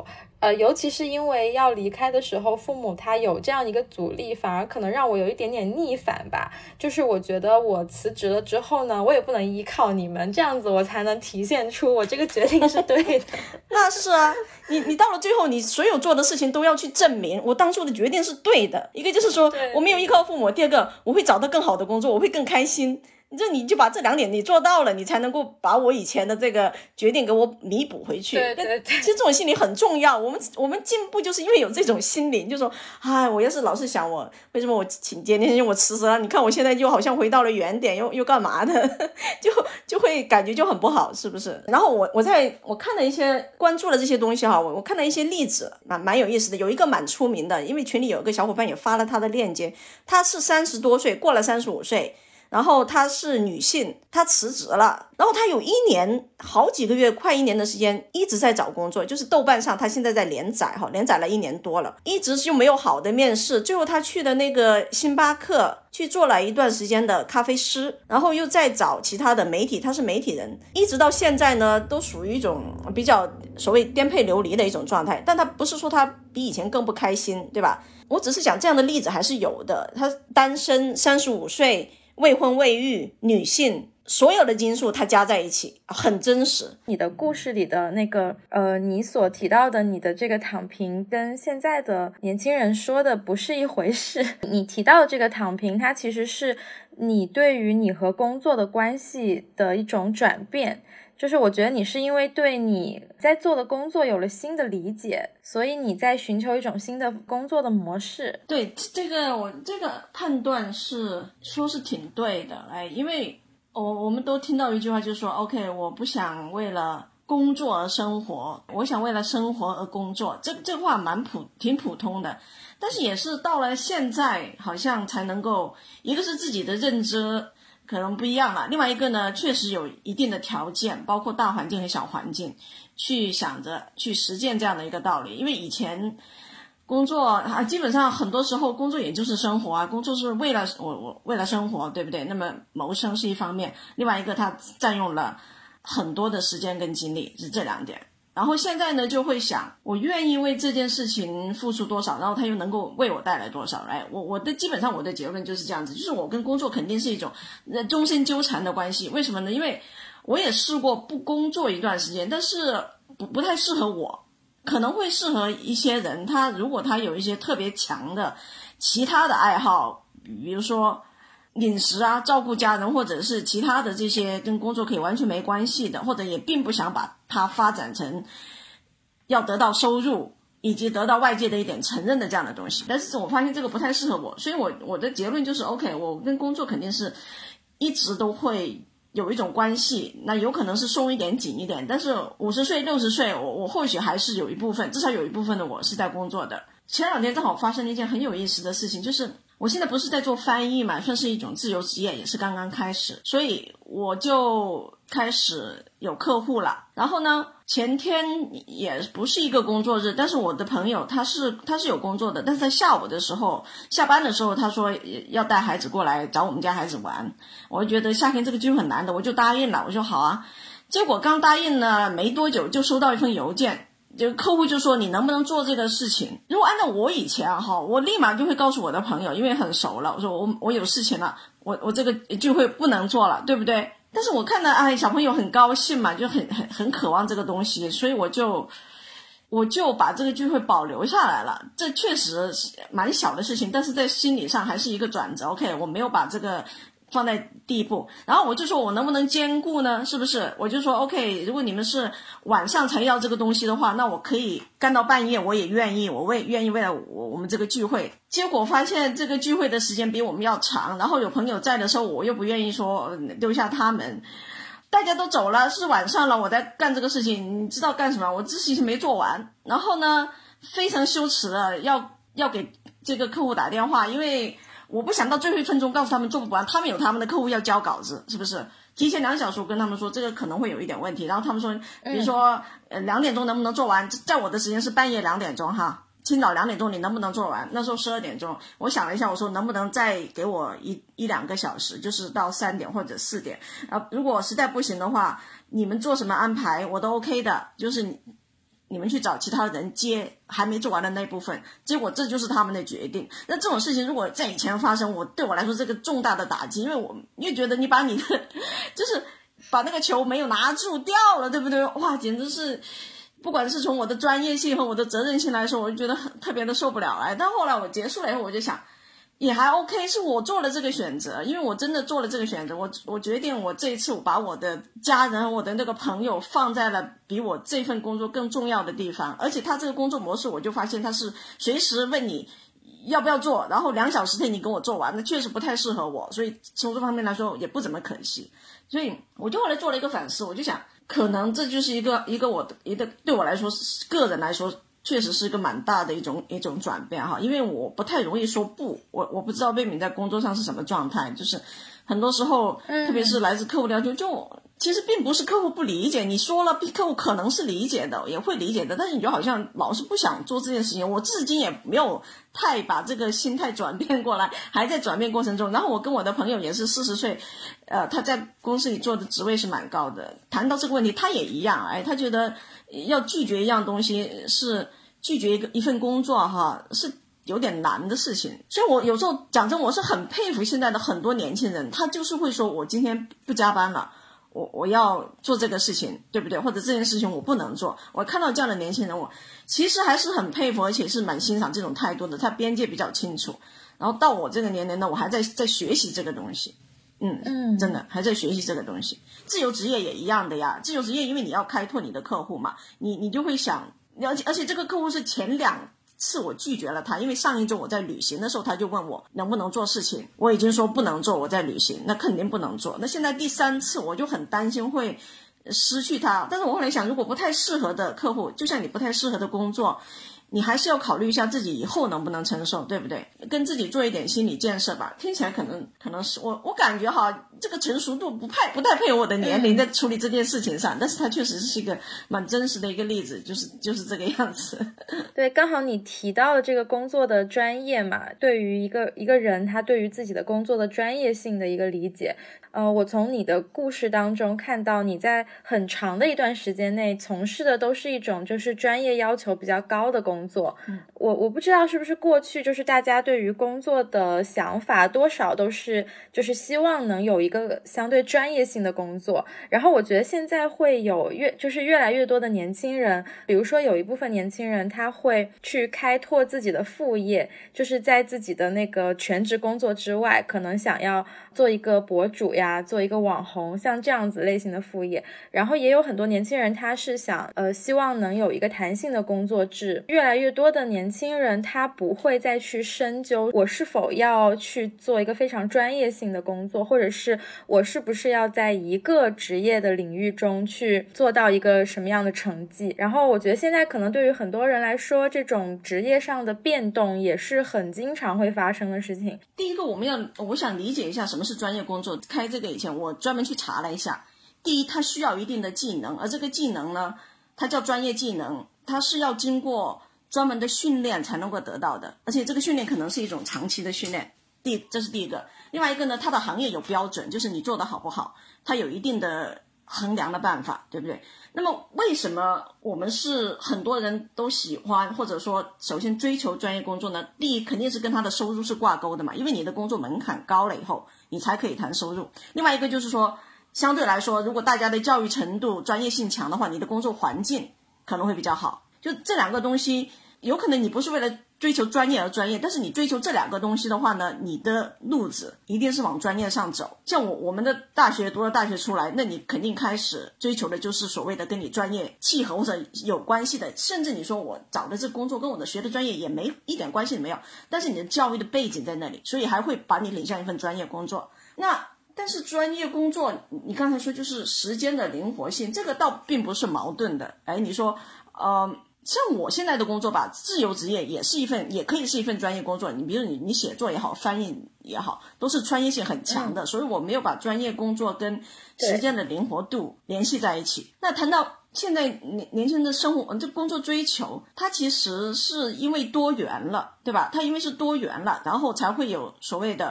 呃，尤其是因为要离开的时候，父母他有这样一个阻力，反而可能让我有一点点逆反吧。就是我觉得我辞职了之后呢，我也不能依靠你们，这样子我才能体现出我这个决定是对的。 那是啊，你你到了最后，你所有做的事情都要去证明我当初的决定是对的。一个就是说我没有依靠父母，第二个我会找到更好的工作，我会更开心。这你就把这两点你做到了，你才能够把我以前的这个决定给我弥补回去。 对对对， 其实这种心理很重要。我们我们进步就是因为有这种心理，就说，哎，我要是老是想我为什么我请节年我辞职了，你看我现在就好像回到了原点，又又干嘛的，就就会感觉就很不好，是不是？然后我我在我看了一些关注了这些东西哈，我我看了一些例子，蛮蛮有意思的。有一个蛮出名的，因为群里有一个小伙伴也发了他的链接，他是三十多岁，过了三十五岁。然后她是女性，她辞职了，然后她有一年好几个月快一年的时间一直在找工作，就是豆瓣上她现在在连载哈，连载了一年多了，一直就没有好的面试，最后她去的那个星巴克去做了一段时间的咖啡师，然后又再找其他的媒体，她是媒体人，一直到现在呢都属于一种比较所谓颠沛流离的一种状态，但她不是说她比以前更不开心，对吧？我只是想这样的例子还是有的，她单身三十五岁未婚未育女性，所有的因素它加在一起很真实。 你的故事里的那个呃，你所提到的你的这个躺平跟现在的年轻人说的不是一回事。你提到的这个躺平，它其实是你对于你和工作的关系的一种转变，就是我觉得你是因为对你在做的工作有了新的理解，所以你在寻求一种新的工作的模式。 对，这个我这个判断是说是挺对的。哎，因为我我们都听到一句话，就是说 OK 我不想为了工作而生活，我想为了生活而工作，这这话蛮普挺普通的，但是也是到了现在好像才能够，一个是自己的认知可能不一样了，另外一个呢确实有一定的条件，包括大环境和小环境，去想着去实践这样的一个道理。因为以前工作啊，基本上很多时候工作也就是生活啊，工作是为了我我为了生活，对不对？那么谋生是一方面，另外一个它占用了很多的时间跟精力，是这两点。然后现在呢就会想，我愿意为这件事情付出多少，然后它又能够为我带来多少。哎，我我的基本上我的结论就是这样子，就是我跟工作肯定是一种呃终身纠缠的关系。为什么呢？因为我也试过不工作一段时间，但是不不太适合我，可能会适合一些人，他如果他有一些特别强的其他的爱好，比如说饮食啊，照顾家人，或者是其他的这些跟工作可以完全没关系的，或者也并不想把它发展成要得到收入以及得到外界的一点承认的这样的东西。但是我发现这个不太适合我，所以我我的结论就是 OK 我跟工作肯定是一直都会有一种关系，那有可能是松一点紧一点，但是五十岁六十岁我我或许还是有一部分，至少有一部分的我是在工作的。前两天正好发生了一件很有意思的事情，就是我现在不是在做翻译嘛，算是一种自由职业，也是刚刚开始，所以我就开始有客户了。然后呢，前天也不是一个工作日，但是我的朋友他是他是有工作的，但是在下午的时候，下班的时候他说要带孩子过来找我们家孩子玩，我觉得夏天这个机会很难得，我就答应了，我说好啊。结果刚答应了没多久就收到一封邮件，就客户就说你能不能做这个事情。如果按照我以前哈，我立马就会告诉我的朋友，因为很熟了，我说我我有事情了，我我这个聚会不能做了，对不对？但是我看到哎小朋友很高兴嘛，就很很很渴望这个东西，所以我就我就把这个聚会保留下来了。这确实蛮小的事情，但是在心理上还是一个转折。 OK 我没有把这个放在第一步，然后我就说我能不能兼顾呢，是不是？我就说 OK 如果你们是晚上才要这个东西的话，那我可以干到半夜，我也愿意，我为愿意为了我我们这个聚会。结果发现这个聚会的时间比我们要长，然后有朋友在的时候我又不愿意说留下他们，大家都走了，是晚上了，我在干这个事情，你知道干什么？我这事情没做完，然后呢非常羞耻的要要给这个客户打电话，因为我不想到最后一分钟告诉他们做不完，他们有他们的客户要交稿子，是不是？提前两小时跟他们说这个可能会有一点问题，然后他们说比如说呃两点钟能不能做完，在我的时间是半夜两点钟哈，清早两点钟你能不能做完？那时候十二点钟，我想了一下，我说能不能再给我一一两个小时，就是到三点或者四点，然后如果实在不行的话，你们做什么安排我都 OK 的，就是你你们去找其他人接还没做完的那部分，结果这就是他们的决定。那这种事情如果在以前发生，我对我来说这个重大的打击，因为我越觉得你把你的就是把那个球没有拿住掉了，对不对？哇，简直是不管是从我的专业性和我的责任心来说，我就觉得很特别的受不了哎。但后来我结束了以后，我就想也还 OK， 是我做了这个选择，因为我真的做了这个选择，我我决定我这一次我把我的家人我的那个朋友放在了比我这份工作更重要的地方，而且他这个工作模式我就发现他是随时问你要不要做，然后两小时内你跟我做完，那确实不太适合我，所以从这方面来说也不怎么可惜。所以我就后来做了一个反思，我就想可能这就是一个一个我的一个对我来说个人来说确实是一个蛮大的一种一种转变哈，因为我不太容易说不，我我不知道贝敏在工作上是什么状态，就是很多时候， 嗯、 特别是来自客户的要求，就其实并不是客户不理解，你说了，客户可能是理解的，也会理解的，但是你就好像老是不想做这件事情。我至今也没有太把这个心态转变过来，还在转变过程中。然后我跟我的朋友也是四十岁，呃，他在公司里做的职位是蛮高的，谈到这个问题，他也一样，哎，他觉得要拒绝一样东西是拒绝一个一份工作哈，是有点难的事情。所以我有时候讲真，我是很佩服现在的很多年轻人，他就是会说我今天不加班了，我我要做这个事情，对不对？或者这件事情我不能做。我看到这样的年轻人，我其实还是很佩服，而且是蛮欣赏这种态度的，他边界比较清楚。然后到我这个年龄呢，我还在在学习这个东西。嗯嗯，真的还在学习这个东西。自由职业也一样的呀，自由职业因为你要开拓你的客户嘛，你你就会想，而且而且这个客户是前两次我拒绝了他，因为上一周我在旅行的时候他就问我能不能做事情，我已经说不能做，我在旅行，那肯定不能做。那现在第三次我就很担心会失去他，但是我后来想，如果不太适合的客户，就像你不太适合的工作，你还是要考虑一下自己以后能不能承受，对不对？跟自己做一点心理建设吧。听起来可能可能是我我感觉哈，这个成熟度不太不太配合我的年龄在处理这件事情上，但是它确实是一个蛮真实的一个例子，就是就是这个样子。 对，刚好你提到了这个工作的专业嘛，对于一个一个人他对于自己的工作的专业性的一个理解。呃，我从你的故事当中看到你在很长的一段时间内从事的都是一种就是专业要求比较高的工作。嗯、我我不知道是不是过去就是大家对于工作的想法多少都是就是希望能有一个相对专业性的工作，然后我觉得现在会有越就是越来越多的年轻人，比如说有一部分年轻人他会去开拓自己的副业，就是在自己的那个全职工作之外，可能想要做一个博主呀，做一个网红，像这样子类型的副业。然后也有很多年轻人他是想呃希望能有一个弹性的工作制。越来越多的年轻人他不会再去深究我是否要去做一个非常专业性的工作，或者是我是不是要在一个职业的领域中去做到一个什么样的成绩。然后我觉得现在可能对于很多人来说，这种职业上的变动也是很经常会发生的事情。 第一个我们要我想理解一下什么是专业工作。开这个以前我专门去查了一下，第一它需要一定的技能，而这个技能呢它叫专业技能，它是要经过专门的训练才能够得到的，而且这个训练可能是一种长期的训练。第这是第一个。另外一个呢，它的行业有标准，就是你做的好不好它有一定的衡量的办法，对不对？那么为什么我们是很多人都喜欢或者说首先追求专业工作呢？第一肯定是跟他的收入是挂钩的嘛，因为你的工作门槛高了以后你才可以谈收入。另外一个就是说相对来说，如果大家的教育程度专业性强的话，你的工作环境可能会比较好。就这两个东西有可能你不是为了追求专业而专业，但是你追求这两个东西的话呢，你的路子一定是往专业上走。像我我们的大学读了大学出来，那你肯定开始追求的就是所谓的跟你专业契合或者有关系的，甚至你说我找的这工作跟我的学的专业也没一点关系没有，但是你的教育的背景在那里，所以还会把你领向一份专业工作。那但是专业工作你刚才说就是时间的灵活性，这个倒并不是矛盾的。哎，你说呃像我现在的工作吧，自由职业也是一份，也可以是一份专业工作。你比如你你写作也好，翻译也好，都是专业性很强的、嗯、所以我没有把专业工作跟时间的灵活度联系在一起。那谈到现在年年轻人的生活这工作追求，它其实是因为多元了，对吧？它因为是多元了，然后才会有所谓的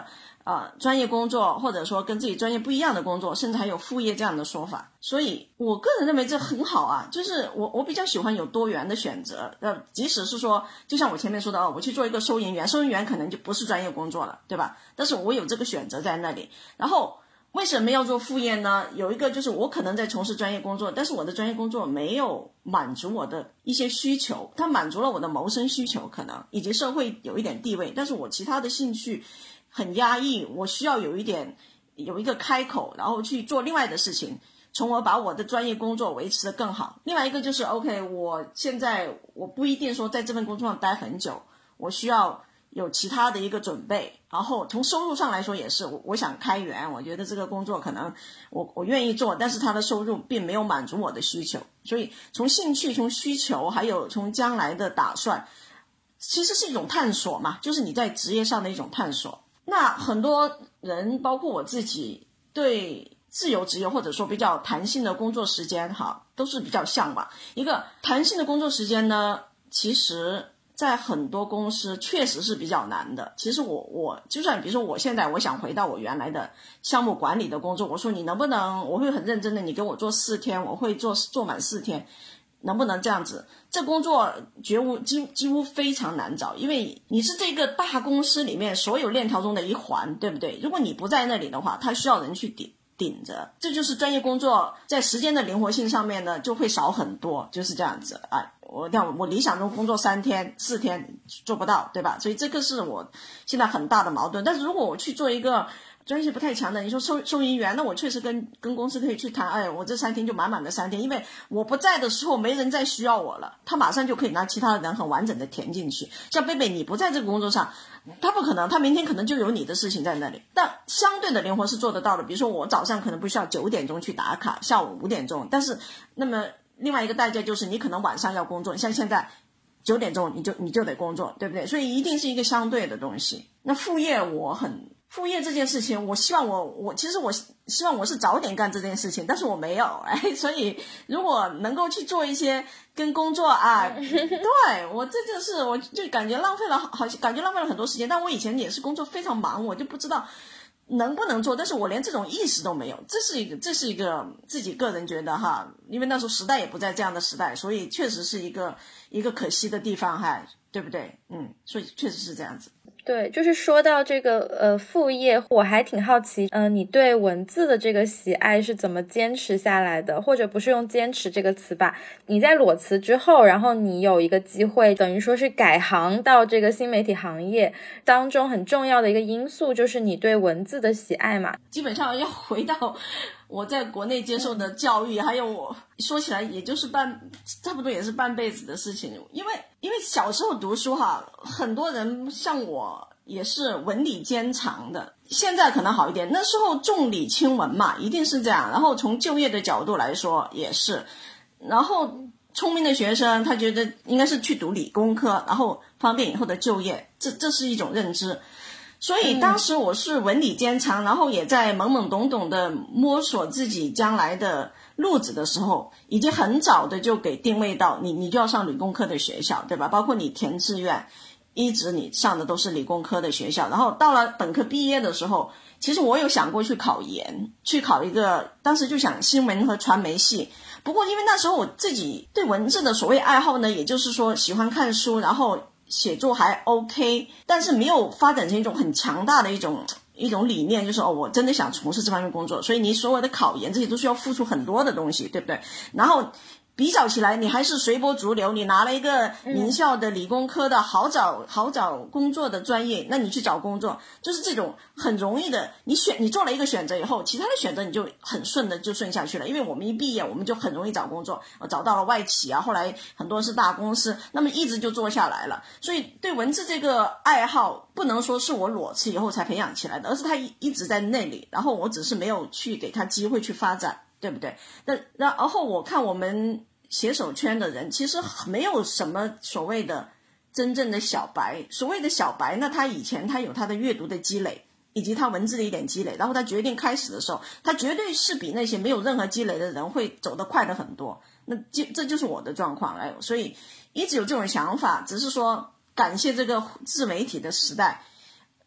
呃专业工作，或者说跟自己专业不一样的工作，甚至还有副业这样的说法。所以我个人认为这很好啊，就是我我比较喜欢有多元的选择。呃，即使是说就像我前面说的哦，我去做一个收银员，收银员可能就不是专业工作了，对吧？但是我有这个选择在那里。然后为什么要做副业呢？有一个就是我可能在从事专业工作，但是我的专业工作没有满足我的一些需求，它满足了我的谋生需求可能以及社会有一点地位，但是我其他的兴趣很压抑，我需要有一点有一个开口，然后去做另外的事情，从而把我的专业工作维持得更好。另外一个就是 OK， 我现在我不一定说在这份工作上待很久，我需要有其他的一个准备，然后从收入上来说也是，我我想开源，我觉得这个工作可能我我愿意做，但是它的收入并没有满足我的需求。所以从兴趣、从需求还有从将来的打算，其实是一种探索嘛，就是你在职业上的一种探索。那很多人包括我自己对自由职业或者说比较弹性的工作时间哈，都是比较向往。一个弹性的工作时间呢，其实在很多公司确实是比较难的。其实我我就算比如说我现在我想回到我原来的项目管理的工作，我说你能不能，我会很认真的，你给我做四天，我会做做满四天，能不能这样子？这工作绝无几几乎非常难找，因为你是这个大公司里面所有链条中的一环，对不对？如果你不在那里的话，它需要人去顶顶着，这就是专业工作在时间的灵活性上面呢就会少很多，就是这样子啊。我但我理想中工作三天四天做不到，对吧？所以这个是我现在很大的矛盾。但是如果我去做一个专业性不太强的，你说收收银员，那我确实跟跟公司可以去谈，哎，我这三天就满满的三天，因为我不在的时候没人再需要我了，他马上就可以拿其他的人很完整的填进去。像贝贝你不在这个工作上，他不可能，他明天可能就有你的事情在那里，但相对的灵活是做得到的。比如说我早上可能不需要九点钟去打卡，下午五点钟，但是那么另外一个代价就是你可能晚上要工作，像现在九点钟你就你就得工作，对不对？所以一定是一个相对的东西。那副业我很副业这件事情，我希望我我其实我希望我是早点干这件事情，但是我没有哎，所以如果能够去做一些跟工作啊，对我这就是我就感觉浪费了好感觉浪费了很多时间。但我以前也是工作非常忙，我就不知道能不能做，但是我连这种意识都没有，这是一个这是一个自己个人觉得哈，因为那时候时代也不在这样的时代，所以确实是一个一个可惜的地方哈，对不对？嗯，所以确实是这样子。 对，就是说到这个呃副业，我还挺好奇，嗯、呃，你对文字的这个喜爱是怎么坚持下来的？或者不是用坚持这个词吧，你在裸辞之后，然后你有一个机会，等于说是改行到这个新媒体行业当中，很重要的一个因素就是你对文字的喜爱嘛。 基本上要回到我在国内接受的教育，还有我说起来也就是半差不多也是半辈子的事情。因为因为小时候读书哈，很多人像我也是文理兼长的，现在可能好一点，那时候重理轻文嘛，一定是这样。然后从就业的角度来说也是，然后聪明的学生他觉得应该是去读理工科，然后方便以后的就业，这这是一种认知。所以当时我是文理兼长，然后也在懵懵懂懂的摸索自己将来的路子的时候，已经很早的就给定位到你你就要上理工科的学校，对吧？包括你填志愿一直你上的都是理工科的学校，然后到了本科毕业的时候，其实我有想过去考研，去考一个当时就想新闻和传媒系。不过因为那时候我自己对文字的所谓爱好呢，也就是说喜欢看书，然后写作还 OK， 但是没有发展成一种很强大的一种一种理念，就是哦，我真的想从事这方面工作。所以你所有的考研这些都是要付出很多的东西，对不对？然后比较起来，你还是随波逐流，你拿了一个名校的理工科的好找好找工作的专业，那你去找工作就是这种很容易的，你选你做了一个选择以后，其他的选择你就很顺的就顺下去了。因为我们一毕业我们就很容易找工作，我找到了外企啊，后来很多是大公司，那么一直就做下来了。所以对文字这个爱好不能说是我裸辞以后才培养起来的，而是它一直在那里，然后我只是没有去给它机会去发展，对不对？那然后我看我们写手圈的人其实没有什么所谓的真正的小白，所谓的小白，那他以前他有他的阅读的积累以及他文字的一点积累，然后他决定开始的时候，他绝对是比那些没有任何积累的人会走得快的很多。那这就是我的状况，哎，所以一直有这种想法，只是说感谢这个自媒体的时代，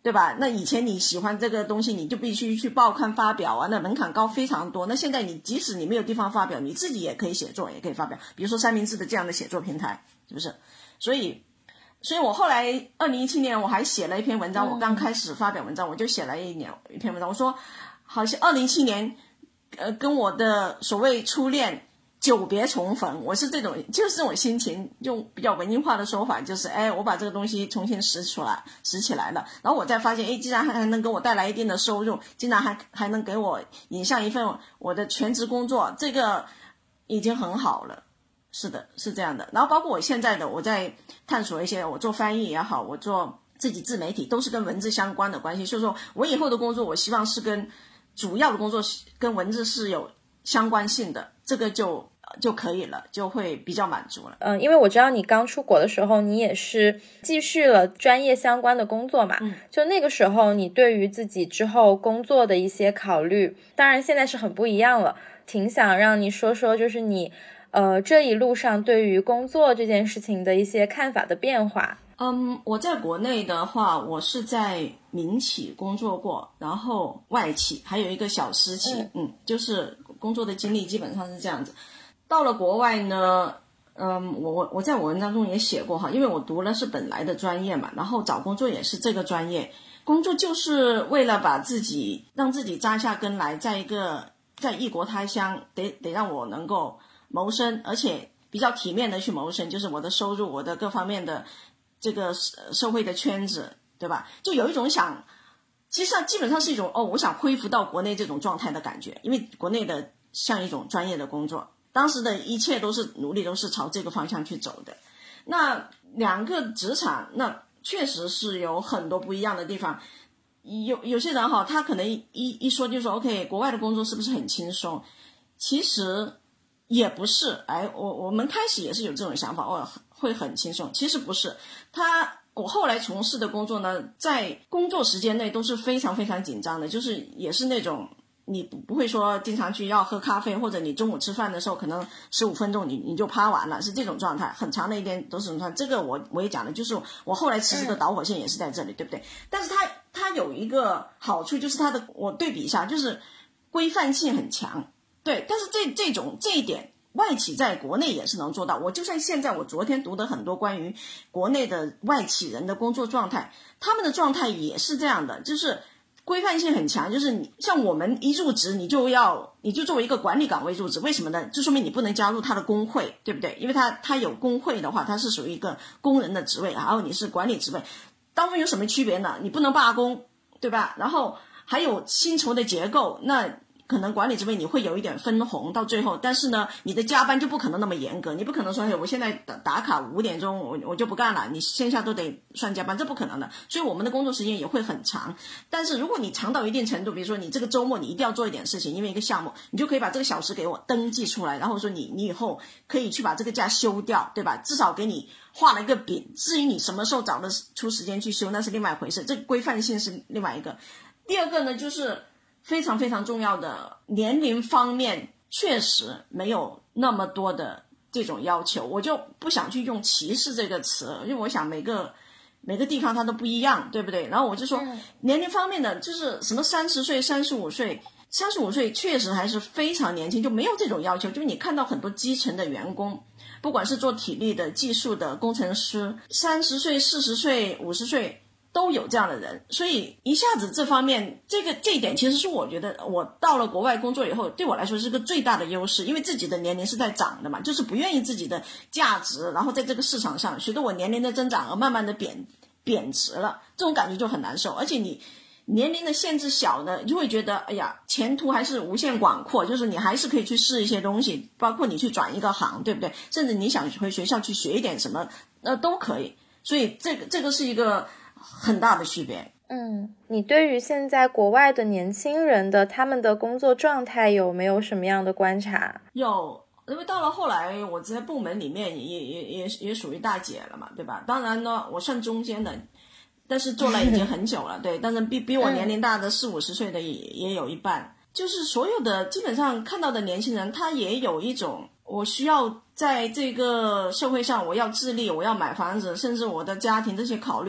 对吧？那以前你喜欢这个东西，你就必须去报刊发表啊，那门槛高非常多。那现在你即使你没有地方发表，你自己也可以写作，也可以发表。比如说三明治的这样的写作平台，是不是？所以，所以我后来二零一七年我还写了一篇文章，我刚开始发表文章，我就写了一年一篇文章，我说好像二零一七年，呃，跟我的所谓初恋。久别重逢，我是这种，就是这种心情，用比较文艺化的说法，就是哎，我把这个东西重新拾出来，拾起来了，然后我再发现，哎，既然还能给我带来一定的收入，竟然还还能给我引向一份我的全职工作，这个已经很好了。是的，是这样的。然后包括我现在的，我在探索一些，我做翻译也好，我做自己自媒体，都是跟文字相关的关系。所以说我以后的工作，我希望是跟主要的工作跟文字是有相关性的，这个就。就可以了，就会比较满足了。 嗯，因为我知道你刚出国的时候，你也是继续了专业相关的工作嘛。 嗯， 就那个时候，你对于自己之后工作的一些考虑，当然现在是很不一样了。挺想让你说说，就是你呃这一路上对于工作这件事情的一些看法的变化。 嗯，我在国内的话，我是在民企工作过，然后外企，还有一个小私企。嗯, 嗯，就是工作的经历基本上是这样子。到了国外呢，嗯，我我我在我文章中也写过哈，因为我读了是本来的专业嘛，然后找工作也是这个专业，工作就是为了把自己让自己扎下根来，在一个在异国他乡，得得让我能够谋生，而且比较体面的去谋生，就是我的收入，我的各方面的这个社会的圈子，对吧？就有一种想，其实基本上是一种哦，我想恢复到国内这种状态的感觉，因为国内的像一种专业的工作。当时的一切都是努力，都是朝这个方向去走的。那两个职场，那确实是有很多不一样的地方。有有些人哈，他可能一一说就说 OK， 国外的工作是不是很轻松？其实也不是。哎，我我们开始也是有这种想法，哦，会很轻松。其实不是。他我后来从事的工作呢，在工作时间内都是非常非常紧张的，就是也是那种。你不不会说经常去要喝咖啡，或者你中午吃饭的时候可能十五分钟你你就趴完了，是这种状态，很长的一天都是这种状态。这个我我也讲了，就是我后来辞职的导火线也是在这里，对不对？但是它它有一个好处，就是它的我对比一下，就是规范性很强，对。但是这这种这一点，外企在国内也是能做到。我就算现在我昨天读的很多关于国内的外企人的工作状态，他们的状态也是这样的，就是。规范性很强，就是你像我们一入职你就要你就作为一个管理岗位入职，为什么呢？就说明你不能加入他的工会，对不对？因为他他有工会的话，他是属于一个工人的职位，然后你是管理职位，当中有什么区别呢？你不能罢工，对吧？然后还有薪酬的结构，那可能管理职位你会有一点分红到最后，但是呢，你的加班就不可能那么严格，你不可能说，哎，我现在打打卡五点钟，我我就不干了，你线下都得算加班，这不可能的。所以我们的工作时间也会很长。但是如果你长到一定程度，比如说你这个周末你一定要做一点事情，因为一个项目，你就可以把这个小时给我登记出来，然后说你你以后可以去把这个假休掉，对吧？至少给你画了一个饼。至于你什么时候找得出时间去休，那是另外一回事，这个规范性是另外一个。第二个呢，就是非常非常重要的年龄方面，确实没有那么多的这种要求，我就不想去用歧视这个词，因为我想每个每个地方它都不一样，对不对？然后我就说年龄方面的，就是什么三十岁、三十五岁、三十五岁确实还是非常年轻，就没有这种要求。就是你看到很多基层的员工，不管是做体力的、技术的工程师，三十岁、四十岁、五十岁。都有这样的人，所以一下子这方面这个这一点其实是我觉得我到了国外工作以后，对我来说是个最大的优势，因为自己的年龄是在涨的嘛，就是不愿意自己的价值然后在这个市场上随着我年龄的增长而慢慢的贬贬值了，这种感觉就很难受。而且你年龄的限制小呢，你就会觉得哎呀前途还是无限广阔，就是你还是可以去试一些东西，包括你去转一个行，对不对？甚至你想回学校去学一点什么呃都可以，所以这个这个是一个很大的区别。 嗯，你对于现在国外的年轻人的他们的工作状态有没有什么样的观察？ 有，因为到了后来我在部门里面也也也也属于大姐了嘛，对吧？当然呢我算中间的，但是做了已经很久了对，但是比比我年龄大的四五十岁的也也有一半。就是所有的基本上看到的年轻人，他也有一种我需要在这个社会上我要自立，我要买房子，甚至我的家庭这些考虑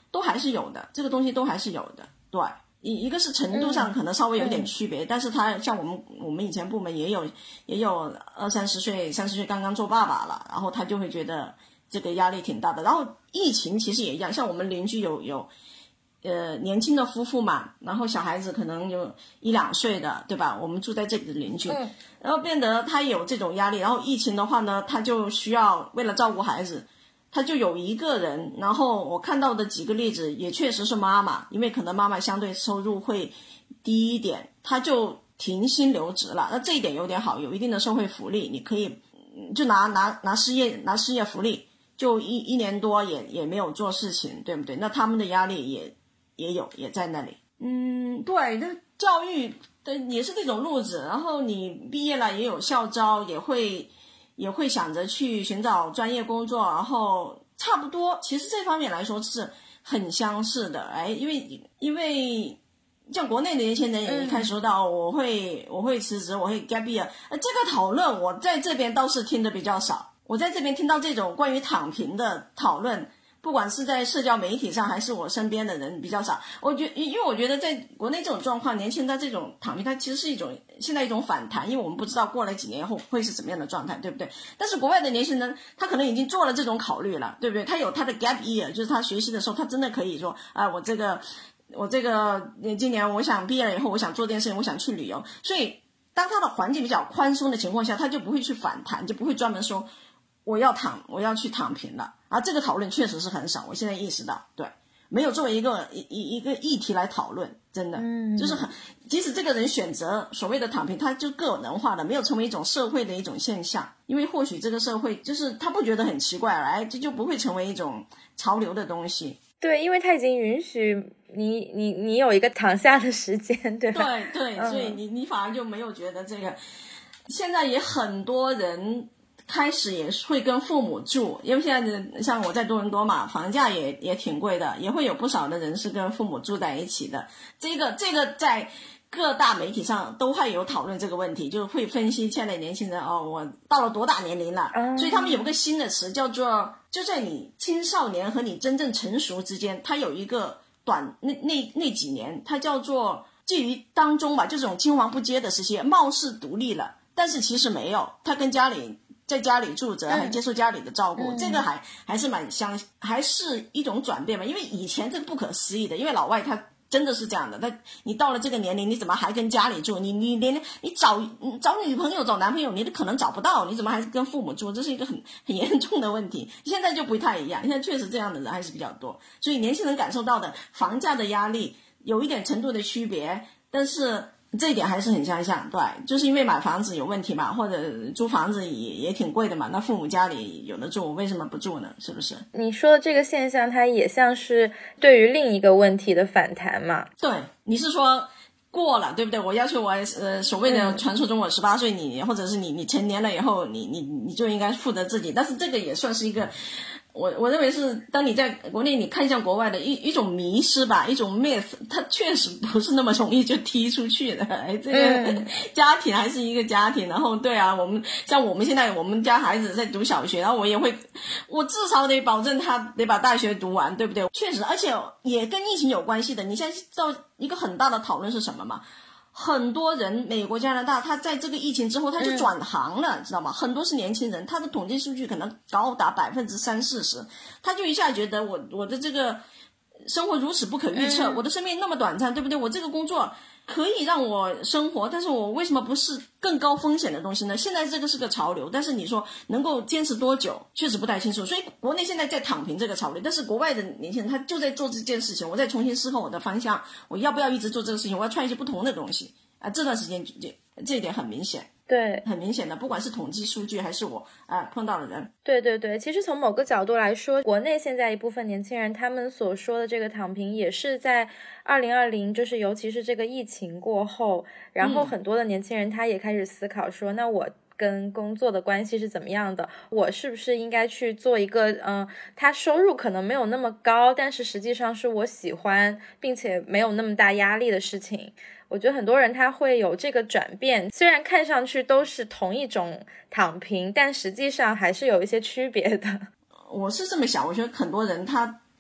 都还是有的，这个东西都还是有的。对，一一个是程度上可能稍微有点区别，嗯、但是他像我们我们以前部门也有也有二三十岁三十岁刚刚做爸爸了，然后他就会觉得这个压力挺大的。然后疫情其实也一样，像我们邻居有有呃年轻的夫妇嘛，然后小孩子可能有一两岁的，对吧？我们住在这里的邻居，嗯、然后变得他有这种压力。然后疫情的话呢，他就需要为了照顾孩子。他就有一个人，然后我看到的几个例子也确实是妈妈，因为可能妈妈相对收入会低一点，他就停薪留职了。那这一点有点好，有一定的社会福利，你可以就拿拿拿失业拿失业福利，就一一年多也也没有做事情，对不对？那他们的压力也也有也在那里。嗯，对，那教育的也是这种路子，然后你毕业了也有校招，也会。也会想着去寻找专业工作，然后差不多其实这方面来说是很相似的。哎，因为因为像国内的年轻人也一开始说到、嗯、我会我会辞职，我会 gap year， 这个讨论我在这边倒是听的比较少，我在这边听到这种关于躺平的讨论，不管是在社交媒体上还是我身边的人比较少。我觉因为我觉得在国内这种状况，年轻人的这种躺平它其实是一种现在一种反弹，因为我们不知道过了几年后会是怎么样的状态，对不对？但是国外的年轻人他可能已经做了这种考虑了，对不对？他有他的 gap year， 就是他学习的时候他真的可以说啊，我这个我这个今年我想毕业了以后我想做件事情，我想去旅游。所以当他的环境比较宽松的情况下，他就不会去反弹，就不会专门说我要躺我要去躺平了啊。这个讨论确实是很少，我现在意识到，对，没有作为一个一一个议题来讨论，真的，嗯，就是很，即使这个人选择所谓的躺平，他就个人化的，没有成为一种社会的一种现象，因为或许这个社会就是他不觉得很奇怪，哎，这就不会成为一种潮流的东西。 对，因为他已经允许你你你有一个躺下的时间，对吧？ 对对，嗯、所以你你反而就没有觉得这个。现在也很多人开始也会跟父母住，因为现在像我在多伦多嘛，房价也也挺贵的，也会有不少的人是跟父母住在一起的。这个这个在各大媒体上都会有讨论这个问题，就会分析现在年轻人哦，我到了多大年龄了，嗯、所以他们有个新的词叫做，就在你青少年和你真正成熟之间，它有一个短那那那几年，它叫做介于当中吧，就这种青黄不接的时期，貌似独立了，但是其实没有，他跟家里在家里住着，还接受家里的照顾，嗯、这个还还是蛮相，还是一种转变嘛。因为以前这个不可思议的，因为老外他真的是这样的，他你到了这个年龄，你怎么还跟家里住？你你连你找你找女朋友、找男朋友，你都可能找不到，你怎么还跟父母住？这是一个很很严重的问题。现在就不太一样，现在确实这样的人还是比较多，所以年轻人感受到的房价的压力有一点程度的区别，但是这一点还是很相像。对，就是因为买房子有问题嘛，或者租房子也也挺贵的嘛，那父母家里有的住，为什么不住呢？是不是？ 你说的这个现象它也像是对于另一个问题的反弹嘛？ 对，你是说过了对不对？我要求我呃所谓的传说中我十八岁你、嗯、或者是你你成年了以后你你你就应该负责自己，但是这个也算是一个我我认为是当你在国内你看向国外的一一种迷失吧，一种 myth， 它确实不是那么容易就踢出去的。哎，这个、嗯、家庭还是一个家庭，然后对啊，我们像我们现在我们家孩子在读小学，然后我也会我至少得保证他得把大学读完，对不对？确实，而且也跟疫情有关系的。你现在知道一个很大的讨论是什么吗？很多人美国加拿大他在这个疫情之后他就转行了、嗯、知道吗？很多是年轻人，他的统计数据可能高达百分之三四十，他就一下觉得我我的这个生活如此不可预测、嗯、我的生命那么短暂，对不对？我这个工作可以让我生活，但是我为什么不是更高风险的东西呢？现在这个是个潮流，但是你说能够坚持多久确实不太清楚，所以国内现在在躺平这个潮流，但是国外的年轻人他就在做这件事情，我在重新思考我的方向，我要不要一直做这个事情，我要创一些不同的东西啊！这段时间这这一点很明显， 对， 很明显的，不管是统计数据还是我啊、呃、碰到的人， 对对对，其实从某个角度来说，国内现在一部分年轻人他们所说的这个躺平，也是在二零二零，就是尤其是这个疫情过后，然后很多的年轻人他也开始思考说，嗯、那我跟工作的关系是怎么样的？我是不是应该去做一个，嗯、呃，他收入可能没有那么高，但是实际上是我喜欢，并且没有那么大压力的事情。我觉得很多人他会有这个转变，虽然看上去都是同一种躺平，但实际上还是有一些区别的。 我是这么想，我觉得很多人他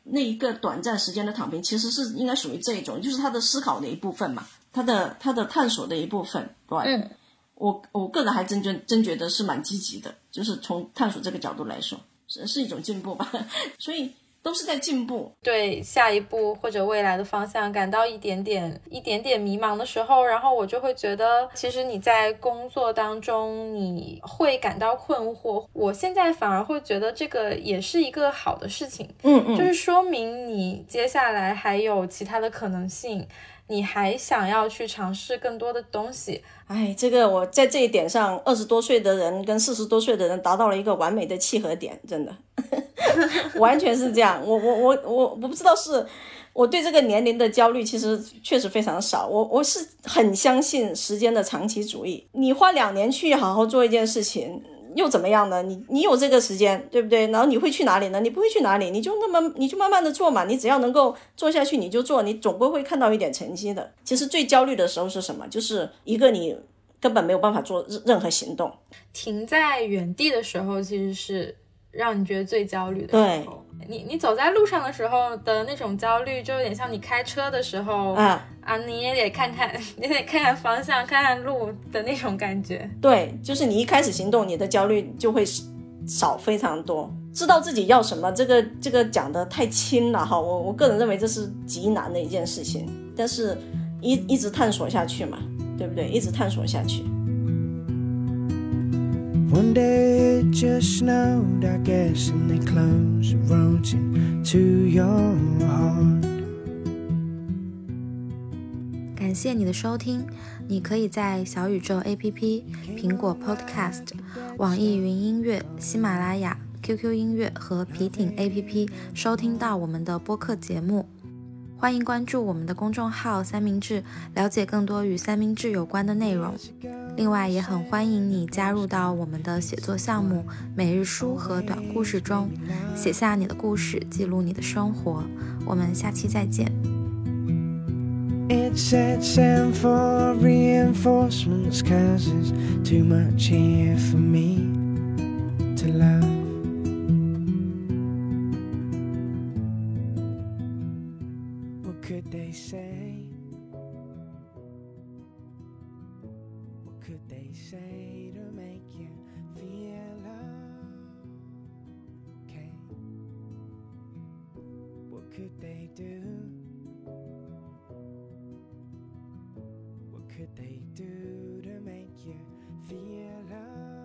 那一个短暂时间的躺平其实是应该属于这一种，就是他的思考的一部分嘛，他的他的探索的一部分。对， 嗯， 我我个人还真觉真觉得是蛮积极的，就是从探索这个角度来说是是一种进步吧所以都是在进步。 对下一步或者未来的方向感到一点点一点点迷茫的时候，然后我就会觉得其实你在工作当中你会感到困惑，我现在反而会觉得这个也是一个好的事情。 嗯嗯， 就是说明你接下来还有其他的可能性，你还想要去尝试更多的东西。 哎，这个我在这一点上，二十多岁的人跟四十多岁的人达到了一个完美的契合点，真的完全是这样。我我我我我不知道，是我对这个年龄的焦虑其实确实非常少，我我是很相信时间的长期主义。你花两年去好好做一件事情又怎么样呢？你你有这个时间，对不对？然后你会去哪里呢？你不会去哪里，你就那么你就慢慢的做嘛，你只要能够做下去你就做，你总归会看到一点成绩的。其实最焦虑的时候是什么？就是一个你根本没有办法做任何行动， 停在原地的时候其实是让你觉得最焦虑的时候。你你走在路上的时候的那种焦虑就有点像你开车的时候啊啊，你也得看看你得看看方向看看路的那种感觉。 对，就是你一开始行动你的焦虑就会少非常多。知道自己要什么这个这个讲得太轻了哈，我我个人认为这是极难的一件事情，但是一一直探索下去嘛，对不对？一直探索下去。One day it just snowed, I guess, and they closed the roads into your heart. 感谢你的收听，你可以在小宇宙 A P P、苹果 Podcast、网易云音乐、喜马拉雅、Q Q 音乐和皮艇 A P P 收听到我们的播客节目。欢迎关注我们的公众号三明治，了解更多与三明治有关的内容。另外也很欢迎你加入到我们的写作项目每日书和短故事中，写下你的故事，记录你的生活。我们下期再见。 It sets in for reinforcements, 'cause there's too much here for me to love. What could they say? What could they say to make you feel okay? What could they do? What could they do to make you feel love?